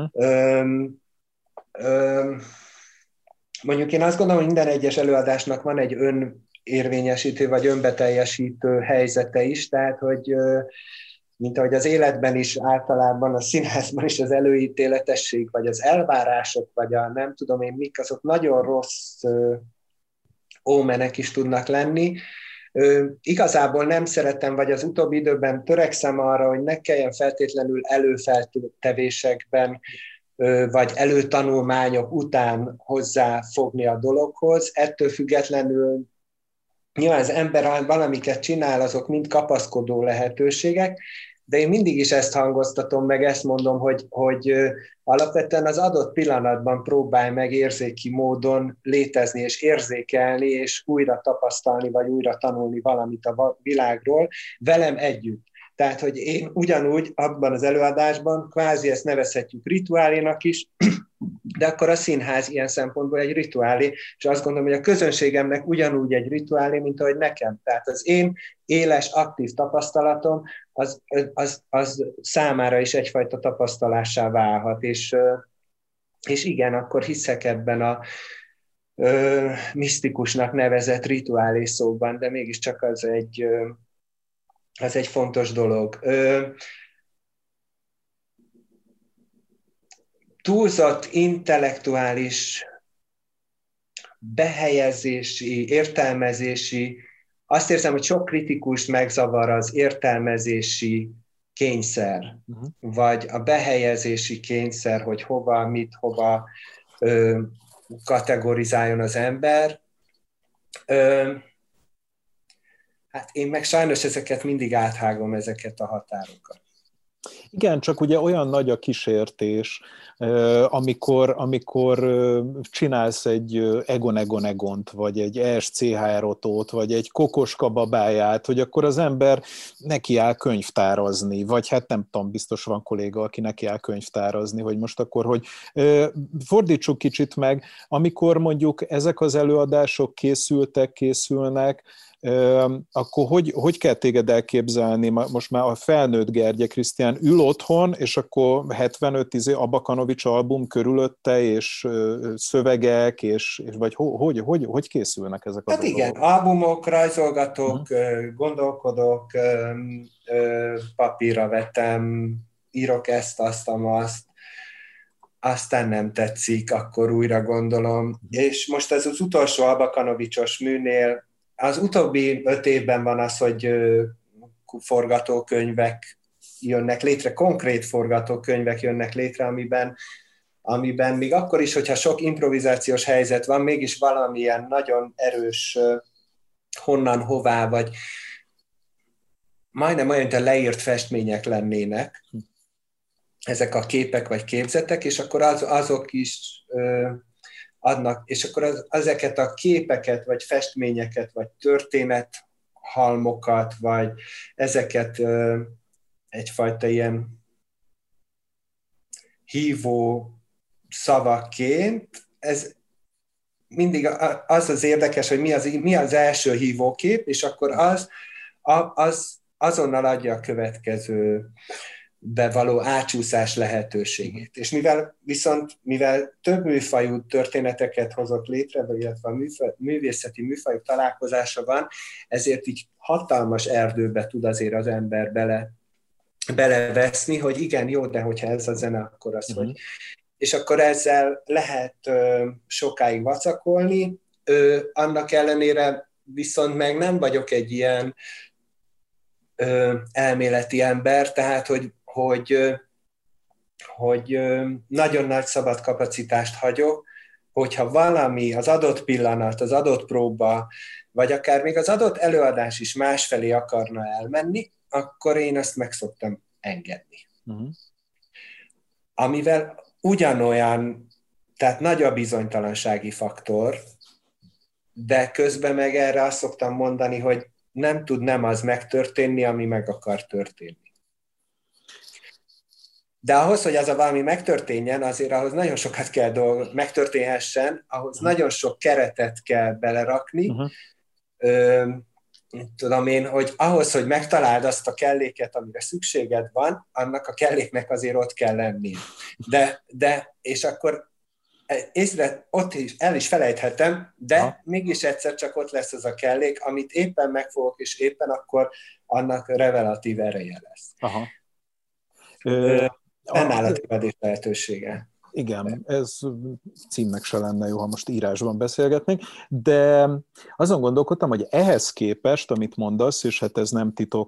Mondjuk én azt gondolom, hogy minden egyes előadásnak van egy önérvényesítő vagy önbeteljesítő helyzete is, tehát hogy mint ahogy az életben is általában, a színházban is az előítéletesség, vagy az elvárások, vagy a nem tudom én mik, azok nagyon rossz ómenek is tudnak lenni. Igazából nem szeretem, vagy az utóbbi időben törekszem arra, hogy ne kelljen feltétlenül előfeltevésekben, vagy előtanulmányok után hozzáfogni a dologhoz. Ettől függetlenül nyilván az ember valamiket csinál, azok mind kapaszkodó lehetőségek, de én mindig is ezt hangoztatom, meg ezt mondom, hogy alapvetően az adott pillanatban próbálj meg érzéki módon létezni és érzékelni, és újra tapasztalni, vagy újra tanulni valamit a világról velem együtt. Tehát, hogy én ugyanúgy abban az előadásban, kvázi ezt nevezhetjük rituálénak is, de akkor a színház ilyen szempontból egy rituálé, és azt gondolom, hogy a közönségemnek ugyanúgy egy rituálé, mint ahogy nekem. Tehát az én éles, aktív tapasztalatom, az számára is egyfajta tapasztalássá válhat, és igen, akkor hiszek ebben a misztikusnak nevezett rituálé szóban, de mégiscsak az egy fontos dolog. Túlzott intellektuális behelyezési, értelmezési, azt érzem, hogy sok kritikust megzavar az értelmezési kényszer, vagy a behelyezési kényszer, hogy hova, mit, hova kategorizáljon az ember. Hát én meg sajnos ezeket mindig áthágom, ezeket a határokat. Igen, csak ugye olyan nagy a kísértés, amikor csinálsz egy Egon-Egont, vagy egy ESCHR-otót, vagy egy Kokoska babáját, hogy akkor az ember nekiáll könyvtárazni, vagy hát nem tudom, biztos van kolléga, aki nekiáll könyvtárazni, hogy most akkor, hogy fordítsuk kicsit meg, amikor mondjuk ezek az előadások készülnek, akkor hogy kell téged elképzelni? Most már a felnőtt Gergye Krisztián ül otthon, és akkor 75 Abakanovics album körülötte, és szövegek, és vagy hogy készülnek ezek a dolgok? Hát igen, albumok, rajzolgatok, gondolkodok, papírra vetem, írok ezt, azt, aztán nem tetszik, akkor újra gondolom. És most ez az utolsó Abakanovicsos műnél, az utóbbi 5 évben van az, hogy forgatókönyvek jönnek létre, konkrét forgatókönyvek jönnek létre, amiben még akkor is, hogyha sok improvizációs helyzet van, mégis valamilyen nagyon erős honnan, hová, vagy majdnem olyan, mint a leírt festmények lennének, ezek a képek vagy képzetek, és akkor azok is adnak, és akkor ezeket a képeket, vagy festményeket, vagy történethalmokat, vagy ezeket egyfajta ilyen hívó szavaként, ez mindig az érdekes, hogy mi az első hívókép, és akkor az azonnal adja a következő bevaló átsúszás lehetőségét. És mivel több műfajú történeteket hozott létre, illetve a művészeti műfajok találkozása van, ezért így hatalmas erdőbe tud azért az ember beleveszni, hogy igen, jó, de hogyha ez a zene, akkor az, hogy... És akkor ezzel lehet sokáig vacakolni, annak ellenére viszont meg nem vagyok egy ilyen elméleti ember, tehát, hogy nagyon nagy szabad kapacitást hagyok, hogyha valami az adott pillanat, az adott próba, vagy akár még az adott előadás is másfelé akarna elmenni, akkor én ezt meg szoktam engedni. Amivel ugyanolyan, tehát nagy a bizonytalansági faktor, de közben meg erre azt szoktam mondani, hogy nem tud nem az megtörténni, ami meg akar történni. De ahhoz, hogy az a valami megtörténjen, azért ahhoz nagyon sokat kell megtörténhessen, ahhoz nagyon sok keretet kell belerakni. Tudom én, hogy ahhoz, hogy megtaláld azt a kelléket, amire szükséged van, annak a kelléknek azért ott kell lenni. De és akkor ott is el is felejthetem, de mégis egyszer csak ott lesz az a kellék, amit éppen megfogok, és éppen akkor annak revelatív ereje lesz. Nem áll a tévedés lehetősége. Igen, ez címnek se lenne jó, ha most írásban beszélgetnénk, de azon gondolkodtam, hogy ehhez képest, amit mondasz, és hát ez nem titok,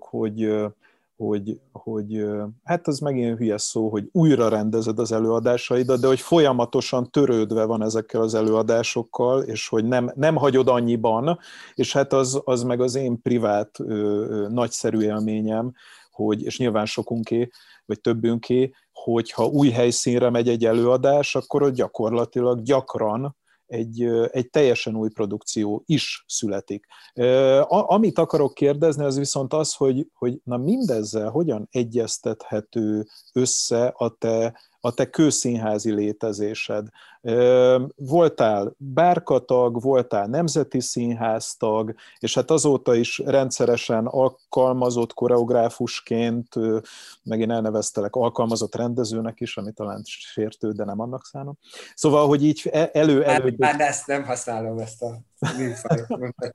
hogy hát ez megint hülye szó, hogy újra rendezed az előadásaidat, de hogy folyamatosan törődve van ezekkel az előadásokkal, és hogy nem hagyod annyiban, és hát az meg az én privát nagyszerű élményem, és nyilván sokunké, vagy többünké, hogyha új helyszínre megy egy előadás, akkor ott gyakorlatilag gyakran egy teljesen új produkció is születik. Amit akarok kérdezni, az viszont az, hogy na mindezzel hogyan egyeztethető össze a te kőszínházi létezésed. Voltál bárkatag, voltál nemzeti színháztag, és hát azóta is rendszeresen alkalmazott koreográfusként, megint elneveztelek alkalmazott rendezőnek is, ami talán sértő, de nem annak szánom. Szóval, hogy így Már ezt nem használom, ezt a műfajt.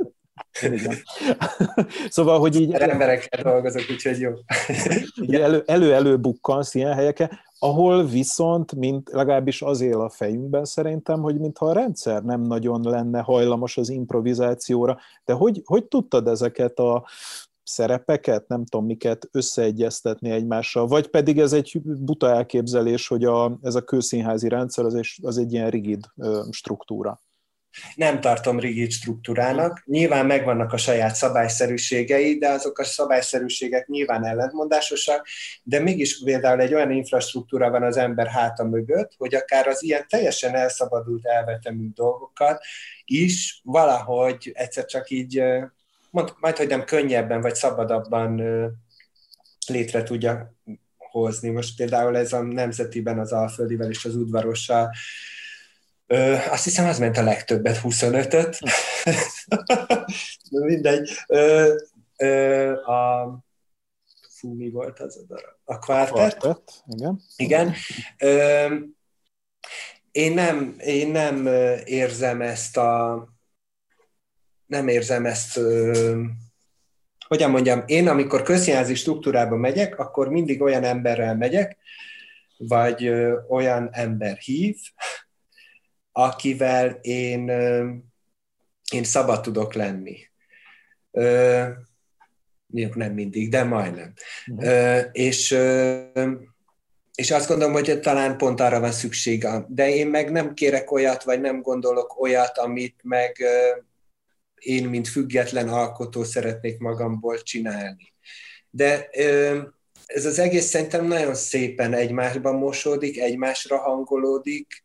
Szóval, hogy így... Emberekkel dolgozok, úgyhogy jó. Elő bukkansz ilyen helyeken, ahol viszont, legalábbis az él a fejünkben szerintem, hogy mintha a rendszer nem nagyon lenne hajlamos az improvizációra. De hogy tudtad ezeket a szerepeket, nem tudom miket összeegyeztetni egymással, vagy pedig ez egy buta elképzelés, hogy ez a kőszínházi rendszer az egy ilyen rigid struktúra. Nem tartom rigid struktúrának. Nyilván megvannak a saját szabályszerűségei, de azok a szabályszerűségek nyilván ellentmondásosak, de mégis például egy olyan infrastruktúra van az ember háta mögött, hogy akár az ilyen teljesen elszabadult, elvetemült dolgokat is valahogy egyszer csak így, majd hogy nem könnyebben vagy szabadabban létre tudja hozni. Most például ez a Nemzetiben az Alföldivel és az Udvarossal, azt hiszem, az ment a legtöbbet, 25-öt. Mindegy. Mi volt az a darab? A Kvartett. Igen. Igen. Én nem érzem ezt hogyan mondjam, én amikor közszínházi struktúrába megyek, akkor mindig olyan emberrel megyek, vagy olyan ember hív, akivel én szabad tudok lenni. Nem mindig, de majdnem. És azt gondolom, hogy talán pont arra van szüksége. De én meg nem kérek olyat, vagy nem gondolok olyat, amit meg én, mint független alkotó szeretnék magamból csinálni. De ez az egész szerintem nagyon szépen egymásban mosódik, egymásra hangolódik,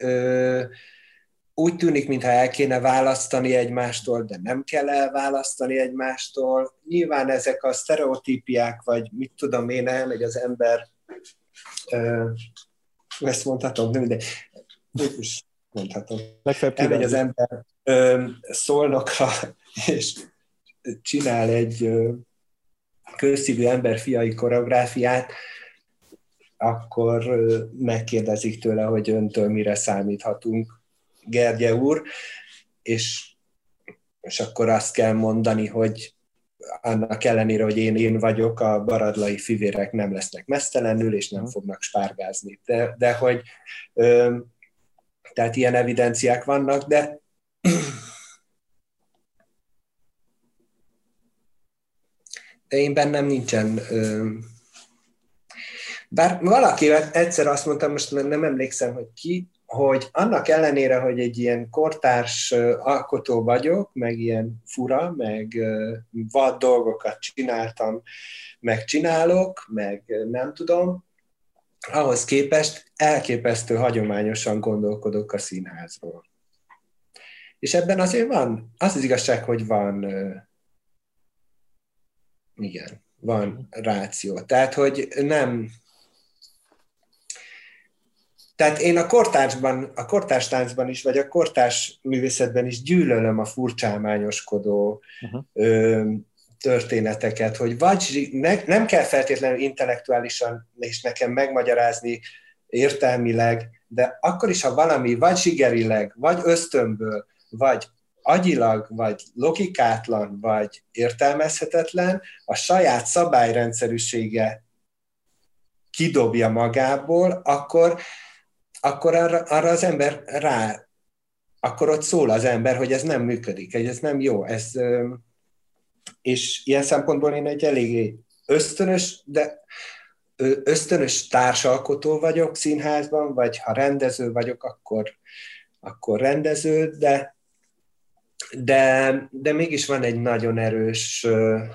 úgy tűnik, mintha el kéne választani egymástól, de nem kell elválasztani egymástól. Nyilván ezek a sztereotípiák, vagy mit tudom én, elmegy az ember, ezt mondhatom, nem mindegy, mondhatom. Elmegy az ember Szolnokra, és csinál egy közszívű ember fiai koreográfiát, akkor megkérdezik tőle, hogy öntől mire számíthatunk, Gergye úr, és akkor azt kell mondani, hogy annak ellenére, hogy én vagyok, a baradlai fivérek nem lesznek meztelenül, és nem fognak spárgázni. De hogy tehát ilyen evidenciák vannak, de én bennem nincsen. Bár valaki egyszer azt mondta, most nem emlékszem, hogy ki, hogy annak ellenére, hogy egy ilyen kortárs alkotó vagyok, meg ilyen fura, meg vad dolgokat csináltam, meg csinálok, meg nem tudom, ahhoz képest elképesztő hagyományosan gondolkodok a színházról. És ebben azért van, az igazság, hogy van ráció. Tehát, hogy nem... Tehát én a kortárs táncban is, vagy a kortárs művészetben is gyűlölöm a furcsámányoskodó történeteket, hogy vagy nem kell feltétlenül intellektuálisan és nekem megmagyarázni értelmileg, de akkor is, ha valami vagy zsigerileg, vagy ösztönből, vagy agyilag, vagy logikátlan, vagy értelmezhetetlen, a saját szabályrendszerűsége kidobja magából, akkor arra az ember akkor ott szól az ember, hogy ez nem működik, hogy ez nem jó. És ilyen szempontból én egy eléggé ösztönös társalkotó vagyok színházban, vagy ha rendező vagyok, akkor rendező, de mégis van egy nagyon erős,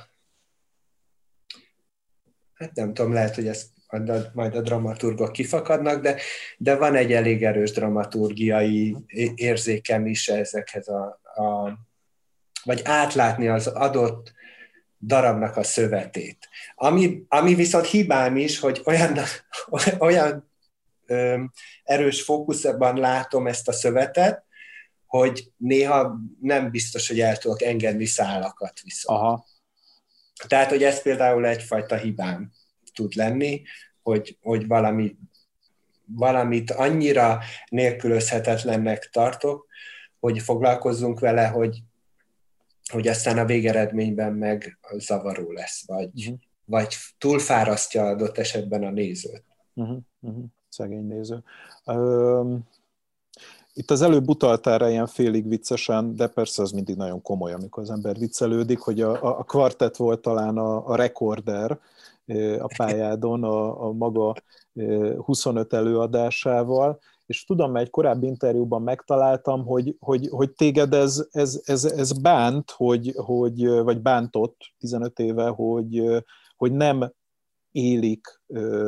hát nem tudom, lehet, hogy ezt majd a dramaturgok kifakadnak, de van egy elég erős dramaturgiai érzékem is ezekhez vagy átlátni az adott darabnak a szövetét. Ami viszont hibám is, hogy olyan erős fókuszban látom ezt a szövetet, hogy néha nem biztos, hogy el tudok engedni szálakat viszont. Aha. Tehát, hogy ez például egyfajta hibám tud lenni, hogy valamit annyira nélkülözhetetlennek tartok, hogy foglalkozzunk vele, hogy aztán a végeredményben meg zavaró lesz, vagy túlfárasztja adott esetben a nézőt. Szegény néző. Itt az előbb utaltál rá ilyen félig viccesen, de persze az mindig nagyon komoly, amikor az ember viccelődik, hogy a kvartett volt talán a rekorder a pályádon a maga 25 előadásával, és tudom, egy korábbi interjúban megtaláltam, hogy téged ez bánt, vagy bántott 15 éve, hogy nem élik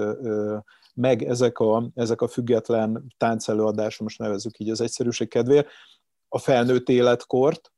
meg ezek a független táncelőadások, most nevezzük így az egyszerűség kedvéért, a felnőtt életkort,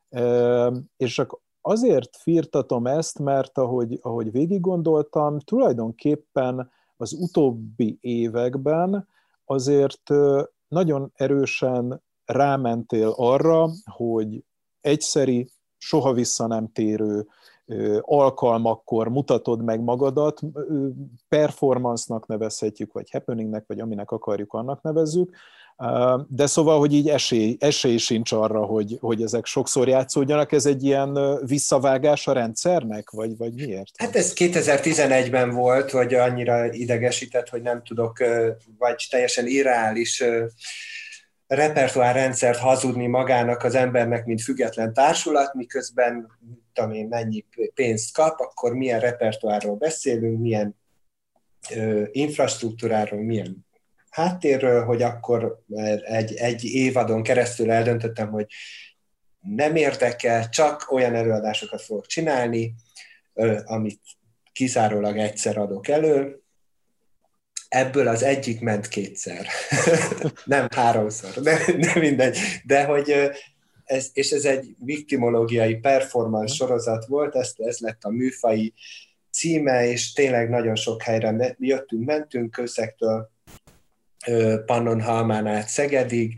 és csak azért firtatom ezt, mert ahogy végig gondoltam, tulajdonképpen az utóbbi években azért nagyon erősen rámentél arra, hogy egyszeri, soha vissza nem térő alkalmakkor mutatod meg magadat, performance-nak nevezhetjük, vagy happeningnek, vagy aminek akarjuk, annak nevezzük, de szóval, hogy így esély sincs arra, hogy ezek sokszor játszódjanak. Ez egy ilyen visszavágás a rendszernek, vagy miért? Hát ez 2011-ben volt, vagy annyira idegesített, hogy nem tudok, vagy teljesen irreális repertoárrendszert hazudni magának az embernek, mint független társulat, miközben tudom én, mennyi pénzt kap, akkor milyen repertoárról beszélünk, milyen infrastruktúráról, milyen háttérről, hogy akkor egy évadon keresztül eldöntöttem, hogy nem érdekel, csak olyan előadásokat fogok csinálni, amit kizárólag egyszer adok elő. Ebből az egyik ment kétszer. Nem háromszor, de mindegy. De hogy ez egy viktimológiai performance sorozat volt, ez lett a műfai címe, és tényleg nagyon sok helyre mentünk, Kőszektől Pannonhalmán át Szegedig,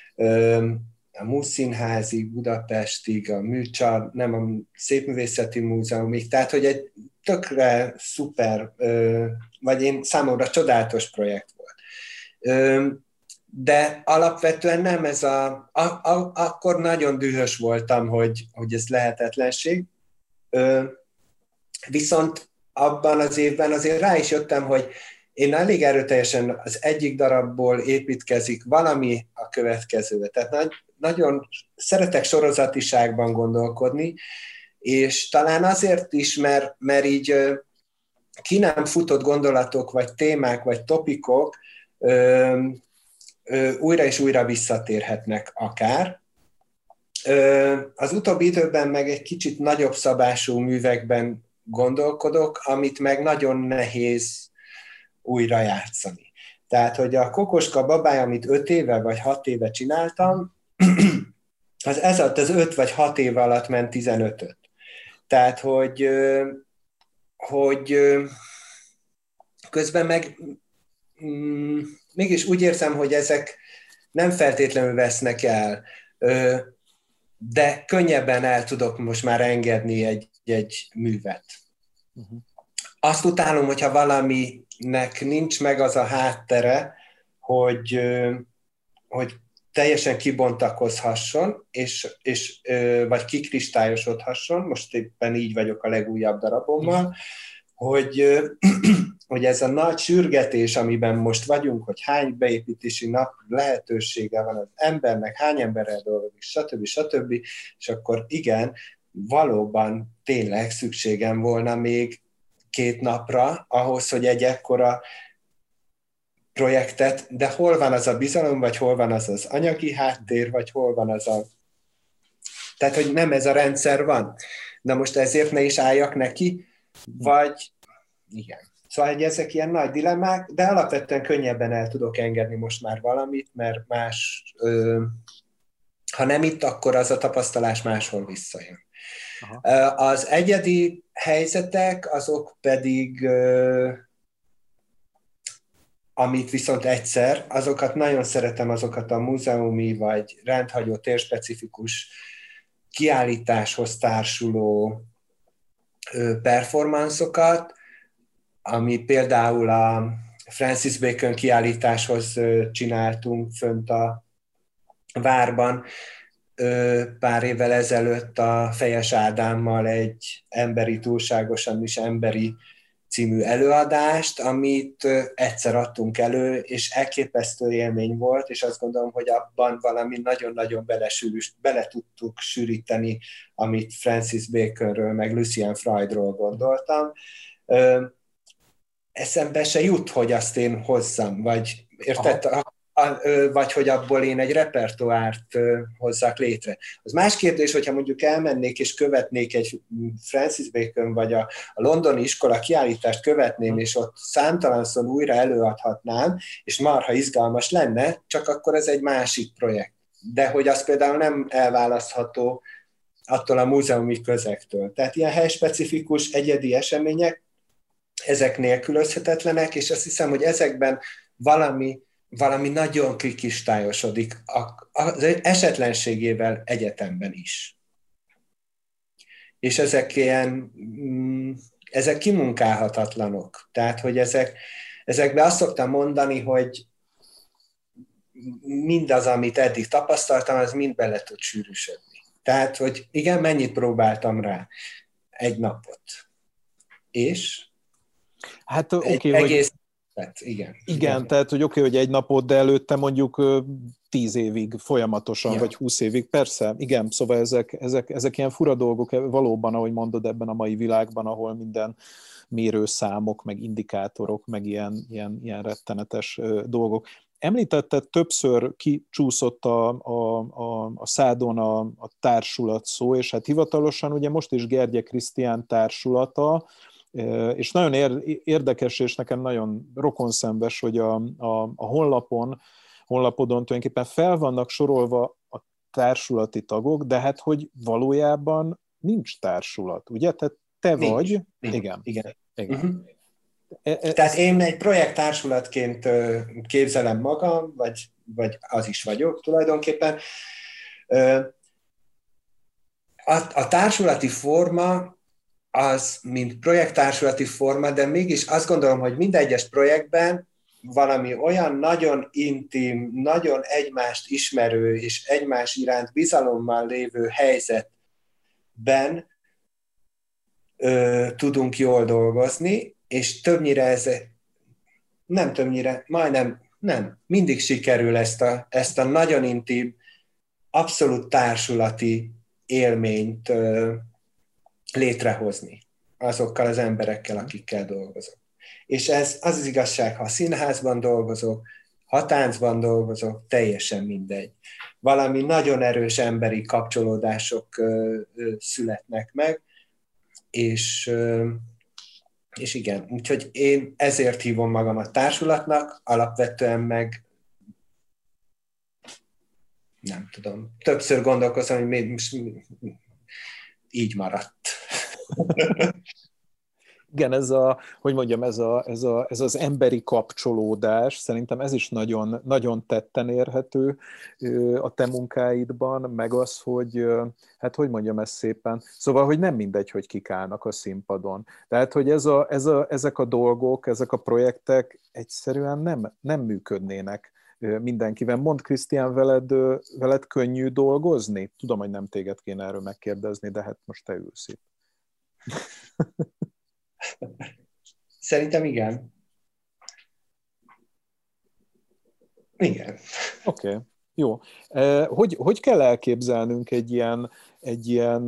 a Muszínházig, Budapestig, a Műcsar, nem a Szépművészeti Múzeumig, tehát hogy egy tökre szuper, vagy én számomra csodálatos projekt volt. De alapvetően nem ez akkor nagyon dühös voltam, hogy ez lehetetlenség. Viszont abban az évben azért rá is jöttem, hogy én elég erőteljesen az egyik darabból építkezik valami a következőbe. Tehát nagyon szeretek sorozatiságban gondolkodni, és talán azért is, mert így ki nem futott gondolatok, vagy témák, vagy topikok újra és újra visszatérhetnek akár. Az utóbbi időben meg egy kicsit nagyobb szabású művekben gondolkodok, amit meg nagyon nehéz újra játszani. Tehát, hogy a Kokoska babája, amit 5 éve vagy 6 éve csináltam, ez alatt az 5 vagy 6 év alatt ment 15-öt. Tehát, hogy közben meg mégis úgy érzem, hogy ezek nem feltétlenül vesznek el, de könnyebben el tudok most már engedni egy művet. Azt utálom, hogyha valaminek nincs meg az a háttere, hogy teljesen kibontakozhasson, vagy kikristályosodhasson, most éppen így vagyok a legújabb darabommal, hogy ez a nagy sürgetés, amiben most vagyunk, hogy hány beépítési nap lehetősége van az embernek, hány emberrel dolgozik, stb. És akkor igen, valóban tényleg szükségem volna még 2 napra ahhoz, hogy egy ekkora projektet, de hol van az a bizalom, vagy hol van az az anyagi háttér, vagy hol van az a... Tehát, hogy nem ez a rendszer van. De most ezért ne is álljak neki, vagy... Igen. Szóval hogy ezek ilyen nagy dilemmák, de alapvetően könnyebben el tudok engedni most már valamit, mert más... ha nem itt, akkor az a tapasztalás máshol visszajön. Aha. Az egyedi helyzetek, azok pedig... amit viszont egyszer, azokat nagyon szeretem, azokat a múzeumi vagy rendhagyó térspecifikus kiállításhoz társuló performanszokat, ami például a Francis Bacon kiállításhoz csináltunk fönt a várban pár évvel ezelőtt a Fejes Ádámmal egy emberi, túlságosan is emberi című előadást, amit egyszer adtunk elő, és elképesztő élmény volt, és azt gondolom, hogy abban valami nagyon-nagyon bele tudtuk sűríteni, amit Francis Baconről, meg Lucien Freudról gondoltam. Eszembe se jut, hogy azt én hozzam, vagy érted? Vagy hogy abból én egy repertoárt hozzak létre. Az más kérdés, hogyha mondjuk elmennék és követnék egy Francis Bacon vagy a londoni iskola kiállítást követném, és ott számtalanszor újra előadhatnám, és marha izgalmas lenne, csak akkor ez egy másik projekt. De hogy az például nem elválasztható attól a múzeumi közegtől. Tehát ilyen helyspecifikus egyedi események, ezek nélkülözhetetlenek, és azt hiszem, hogy ezekben valami nagyon kikistályosodik az esetlenségével egyetemben is. És ezek kimunkálhatatlanok. Tehát, hogy ezekben azt szoktam mondani, hogy mindaz, amit eddig tapasztaltam, az mind bele tud sűrűsödni. Tehát, hogy igen, mennyit próbáltam rá? Egy napot. És? Hát oké, egész igen, tehát, hogy oké, hogy egy napot, de előtte mondjuk 10 évig folyamatosan, vagy 20 évig, persze, igen, szóval ezek ilyen fura dolgok valóban, ahogy mondod, ebben a mai világban, ahol minden mérőszámok, meg indikátorok, meg ilyen rettenetes dolgok. Említetted, többször kicsúszott a szádon a társulat szó, és hát hivatalosan ugye most is Gergye Krisztián társulata, és nagyon érdekes, és nekem nagyon rokonszenves, hogy a honlapodon tulajdonképpen fel vannak sorolva a társulati tagok, de hát, hogy valójában nincs társulat, ugye? Tehát te nincs. Vagy. Igen. Uh-huh. Tehát én egy projekttársulatként képzelem magam, vagy az is vagyok tulajdonképpen. A társulati forma az, mint projekttársulati forma, de mégis azt gondolom, hogy minden egyes projektben valami olyan nagyon intim, nagyon egymást ismerő és egymás iránt bizalommal lévő helyzetben tudunk jól dolgozni, és mindig sikerül ezt a nagyon intim, abszolút társulati élményt létrehozni azokkal az emberekkel, akikkel dolgozok. És ez az igazság, ha színházban dolgozok, ha táncban dolgozok, teljesen mindegy. Valami nagyon erős emberi kapcsolódások születnek meg, és igen, úgyhogy én ezért hívom magamat társulatnak, alapvetően meg nem tudom, többször gondolkozom, hogy még most így maradt. Igen, ez az emberi kapcsolódás, szerintem ez is nagyon, nagyon tetten érhető a te munkáidban, meg az, hogy, hát hogy mondjam ezt szépen, szóval, hogy nem mindegy, hogy kik állnak a színpadon. Tehát, hogy ezek a dolgok, ezek a projektek egyszerűen nem működnének mindenkivel. Mondd, Krisztián, veled könnyű dolgozni? Tudom, hogy nem téged kéne erről megkérdezni, de hát most te ülsz itt. Szerintem igen. Igen. Oké, jó. Hogy kell elképzelnünk egy ilyen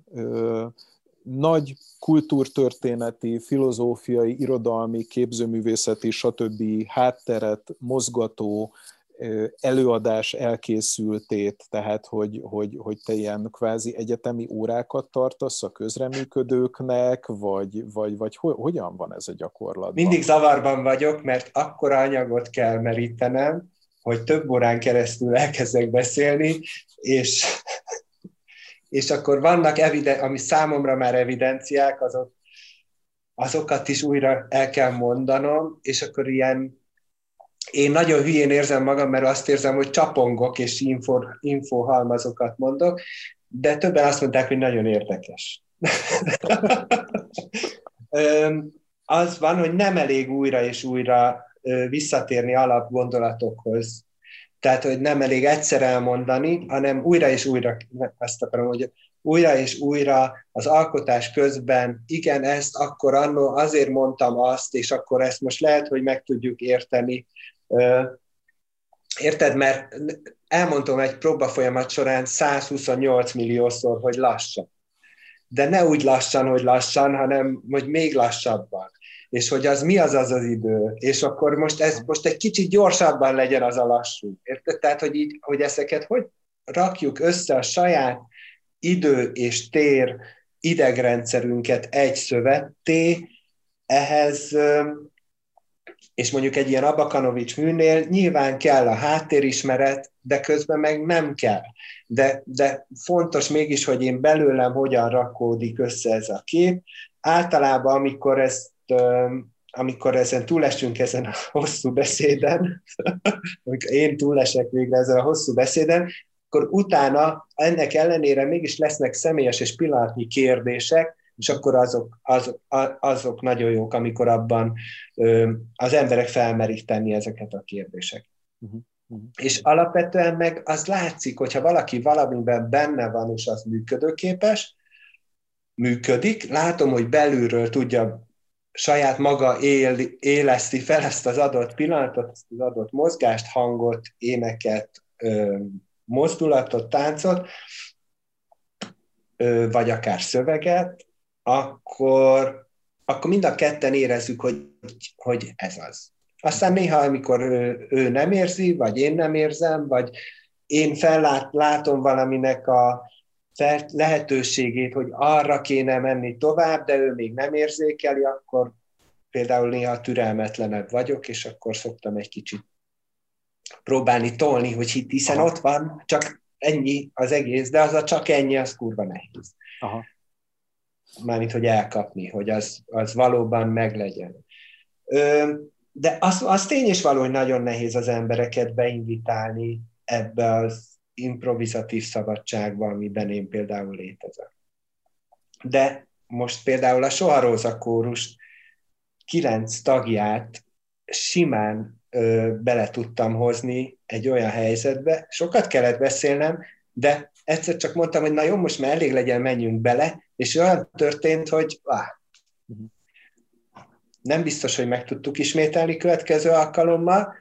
nagy kultúrtörténeti, filozófiai, irodalmi, képzőművészeti, stb. Hátteret mozgató előadás elkészültét, tehát hogy te ilyen kvázi egyetemi órákat tartasz a közreműködőknek, vagy hogyan van ez a gyakorlatban? Mindig zavarban vagyok, mert akkora anyagot kell merítenem, hogy több órán keresztül elkezdek beszélni, és akkor vannak ami számomra már evidenciák, azokat is újra el kell mondanom, és akkor én nagyon hülyén érzem magam, mert azt érzem, hogy csapongok és infohalmazokat mondok, de többen azt mondták, hogy nagyon érdekes. Az van, hogy nem elég újra és újra visszatérni alapgondolatokhoz, Tehát, hogy nem elég egyszer elmondani, hanem újra és újra, azt akarom, hogy újra és újra az alkotás közben, igen, ezt akkor annó azért mondtam azt, és akkor ezt most lehet, hogy meg tudjuk érteni. Érted? Mert elmondtam egy próbafolyamat során 128 milliószor, hogy lassan. De ne úgy lassan, hogy lassan, hanem hogy még lassabban. És hogy az mi az idő, és akkor most egy kicsit gyorsabban legyen az a lassú. Érted? Tehát, hogy így, hogy ezeket hogy rakjuk össze a saját idő és tér idegrendszerünket egy szövetté, ehhez, és mondjuk egy ilyen Abakanovics műnél nyilván kell a háttérismeret, de közben meg nem kell. De fontos mégis, hogy én belőlem hogyan rakódik össze ez a kép. Általában, amikor ezen túlesünk ezen a hosszú beszéden, amikor én túlesek végre ezen a hosszú beszéden, akkor utána ennek ellenére mégis lesznek személyes és pillanatnyi kérdések, és akkor azok nagyon jók, amikor abban az emberek felmerik tenni ezeket a kérdéseket. És alapvetően meg az látszik, hogyha valaki valamiben benne van, és az működőképes, működik, látom, hogy belülről tudja saját maga éleszti fel ezt az adott pillanatot, ezt az adott mozgást, hangot, éneket, mozdulatot, táncot, vagy akár szöveget, akkor mind a ketten érezzük, hogy ez az. Aztán néha, amikor ő nem érzi, vagy én nem érzem, vagy én látom valaminek a lehetőségét, hogy arra kéne menni tovább, de ő még nem érzékeli, akkor például néha türelmetlenebb vagyok, és akkor szoktam egy kicsit próbálni tolni, hogy hiszen ott van, csak ennyi az egész, de az a csak ennyi, az kurva nehéz. Aha. Mármint, hogy elkapni, hogy az valóban meglegyen. De az tény is való, hogy nagyon nehéz az embereket beinvitálni ebbe az improvizatív szabadságba, amiben én például létezem. De most például a Soha Róza kórus 9 tagját simán bele tudtam hozni egy olyan helyzetbe, sokat kellett beszélnem, de egyszer csak mondtam, hogy na jó, most már elég legyen, menjünk bele, és olyan történt, hogy nem biztos, hogy meg tudtuk ismételni következő alkalommal,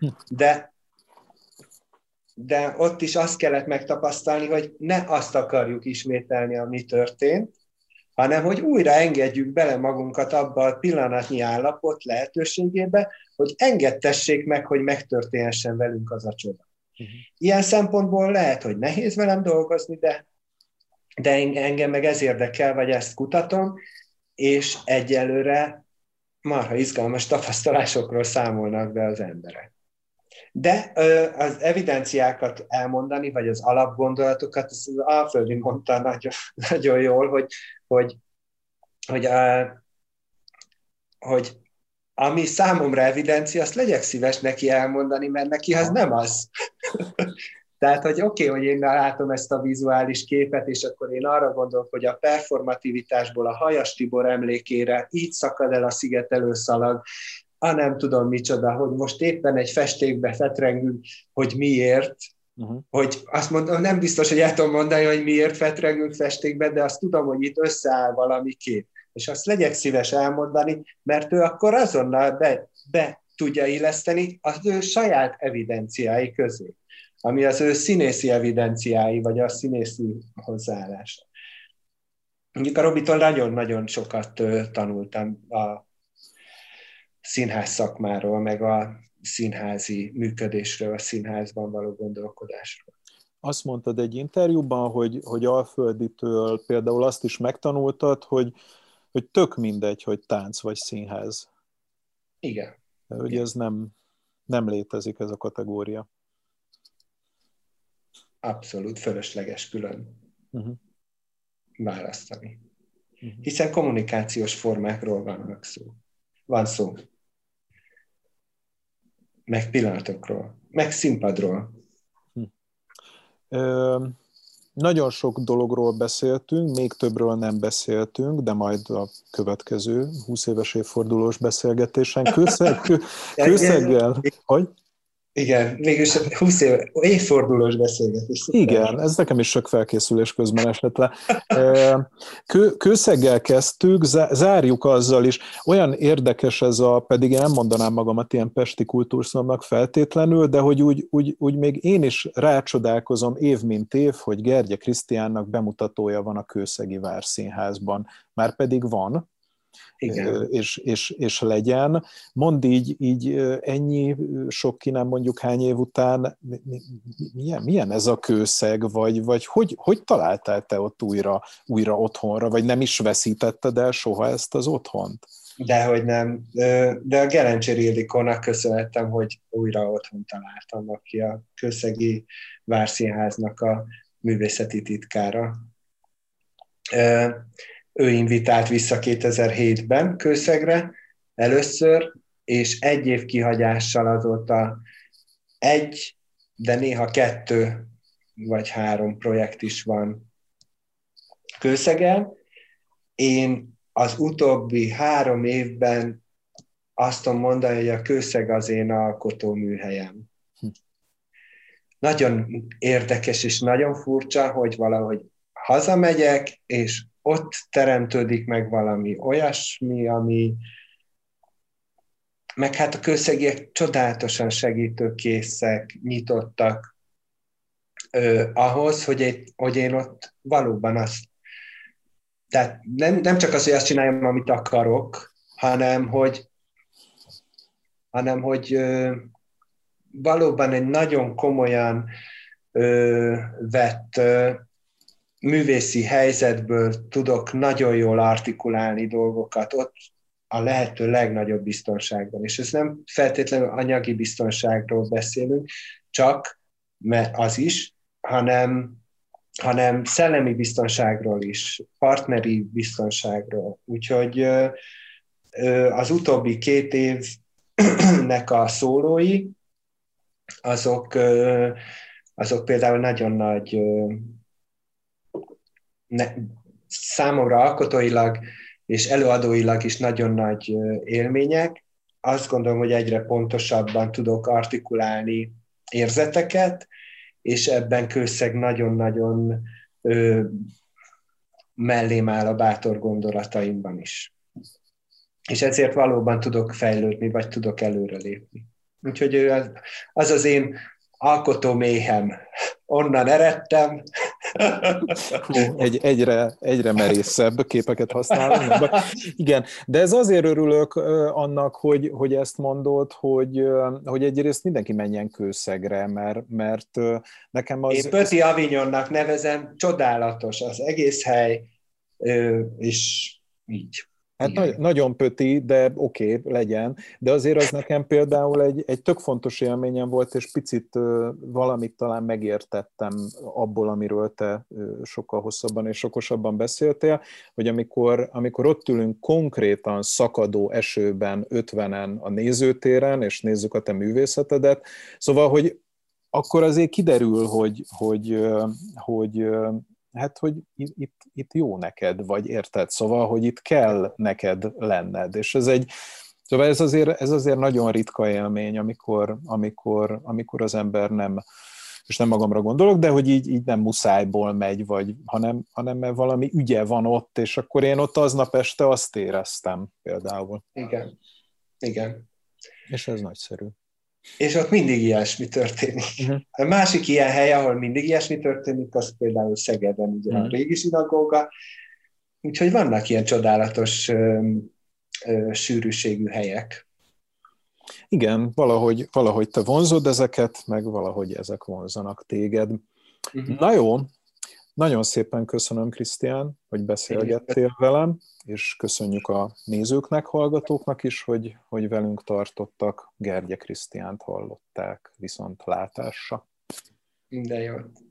de ott is azt kellett megtapasztalni, hogy ne azt akarjuk ismételni, ami történt, hanem hogy újra engedjük bele magunkat abba a pillanatnyi állapot lehetőségébe, hogy engedtessék meg, hogy megtörténhessen velünk az a csoda. Ilyen szempontból lehet, hogy nehéz velem dolgozni, de engem meg ez érdekel, vagy ezt kutatom, és egyelőre marha izgalmas tapasztalásokról számolnak be az emberek. De az evidenciákat elmondani, vagy az alapgondolatokat, az Alföldi mondta nagyon, nagyon jól, hogy ami számomra evidencia, azt legyek szíves neki elmondani, mert neki az nem az. Tehát, hogy oké, hogy én látom ezt a vizuális képet, és akkor én arra gondolok, hogy a performativitásból a Hajas Tibor emlékére így szakad el a szigetelő szalag, nem tudom micsoda, hogy most éppen egy festékbe fetrengünk, hogy miért, hogy azt mondom, nem biztos, hogy el tudom mondani, hogy miért fetrengünk festékbe, de azt tudom, hogy itt összeáll valami kép. És azt legyek szíves elmondani, mert ő akkor azonnal be tudja illeszteni az ő saját evidenciái közé, ami az ő színészi evidenciái, vagy a színészi hozzáállása. Mondjuk a Robitól nagyon-nagyon sokat tanultam a színház szakmáról, meg a színházi működésről, a színházban való gondolkodásról. Azt mondtad egy interjúban, hogy Alfölditől például azt is megtanultad, hogy tök mindegy, hogy tánc vagy színház. Igen. Hogy ez nem létezik, ez a kategória. Abszolút fölösleges külön választani. Hiszen kommunikációs formákról van szó. Meg pillanatokról. Meg színpadról. Nagyon sok dologról beszéltünk, még többről nem beszéltünk, de majd a következő 20 éves évfordulós beszélgetésen kőszeggel. Hogy? Igen, mégis 20 évfordulós beszélgetés. Igen, ez nekem is csak felkészülés közben esett le. Kőszeggel kezdtük, zárjuk azzal is. Olyan érdekes ez pedig én nem mondanám magamat ilyen pesti kultúrszomnak feltétlenül, de hogy úgy még én is rácsodálkozom év mint év, hogy Gergye Krisztiánnak bemutatója van a Kőszegi Várszínházban. Márpedig van. Igen. És legyen. Mondd így ennyi sok ki nem mondjuk hány év után, milyen ez a kőszeg, vagy hogy találtál te ott újra otthonra, vagy nem is veszítetted el soha ezt az otthont? Dehogy nem. De a Gerencsér Ildikónak köszönhettem, hogy újra otthon találtam, aki a Kőszegi Várszínháznak a művészeti titkára. Ő invitált vissza 2007-ben Kőszegre először, és egy év kihagyással azóta de néha 2 vagy 3 projekt is van Kőszegen. Én az utóbbi 3 évben azt tudom mondani, hogy a Kőszeg az én alkotóműhelyem. Nagyon érdekes és nagyon furcsa, hogy valahogy hazamegyek, és ott teremtődik meg valami olyasmi, ami... Meg hát a kőszegiek csodálatosan segítőkészek, nyitottak ahhoz, hogy én ott valóban azt... Tehát nem csak az, hogy azt csináljam, amit akarok, hanem hogy valóban egy nagyon komolyan vett művészi helyzetből tudok nagyon jól artikulálni dolgokat ott a lehető legnagyobb biztonságban. És ez nem feltétlenül anyagi biztonságról beszélünk, csak mert az is, hanem szellemi biztonságról is, partneri biztonságról. Úgyhogy az utóbbi 2 évnek a szólói, azok például nagyon nagy számomra alkotóilag és előadóilag is nagyon nagy élmények. Azt gondolom, hogy egyre pontosabban tudok artikulálni érzeteket, és ebben Kőszeg nagyon-nagyon mellém áll a bátor gondolataimban is. És ezért valóban tudok fejlődni, vagy tudok előrelépni. Úgyhogy az én alkotó méhem. Onnan eredtem. Egyre merészebb képeket használom. Igen, de ez azért örülök annak, hogy ezt mondod, hogy egyrészt mindenki menjen Kőszegre, mert nekem az... Én Petit Avignonnak nevezem, csodálatos az egész hely, és így. Hát nagyon pöti, de oké, legyen. De azért az nekem például egy tök fontos élményem volt, és picit valamit talán megértettem abból, amiről te sokkal hosszabban és okosabban beszéltél, hogy amikor ott ülünk konkrétan szakadó esőben 50-en a nézőtéren, és nézzük a te művészetedet, szóval, hogy akkor azért kiderül, hogy itt jó neked, vagy érted? Szóval, hogy itt kell neked lenned. És szóval ez azért nagyon ritka élmény, amikor az ember nem, és nem magamra gondolok, de hogy így nem muszájból megy, hanem mert valami ügye van ott, és akkor én ott aznap este azt éreztem például. Igen. És ez nagyszerű. És ott mindig ilyesmi történik. A másik ilyen hely, ahol mindig ilyesmi történik, az például Szegeden, ugye a régi zsinagóga. Úgyhogy vannak ilyen csodálatos sűrűségű helyek. Igen, valahogy te vonzod ezeket, meg valahogy ezek vonzanak téged. Na jó, nagyon szépen köszönöm, Krisztián, hogy beszélgettél velem, és köszönjük a nézőknek, hallgatóknak is, hogy velünk tartottak. Gergye Krisztiánt hallották viszontlátásra. Minden jót.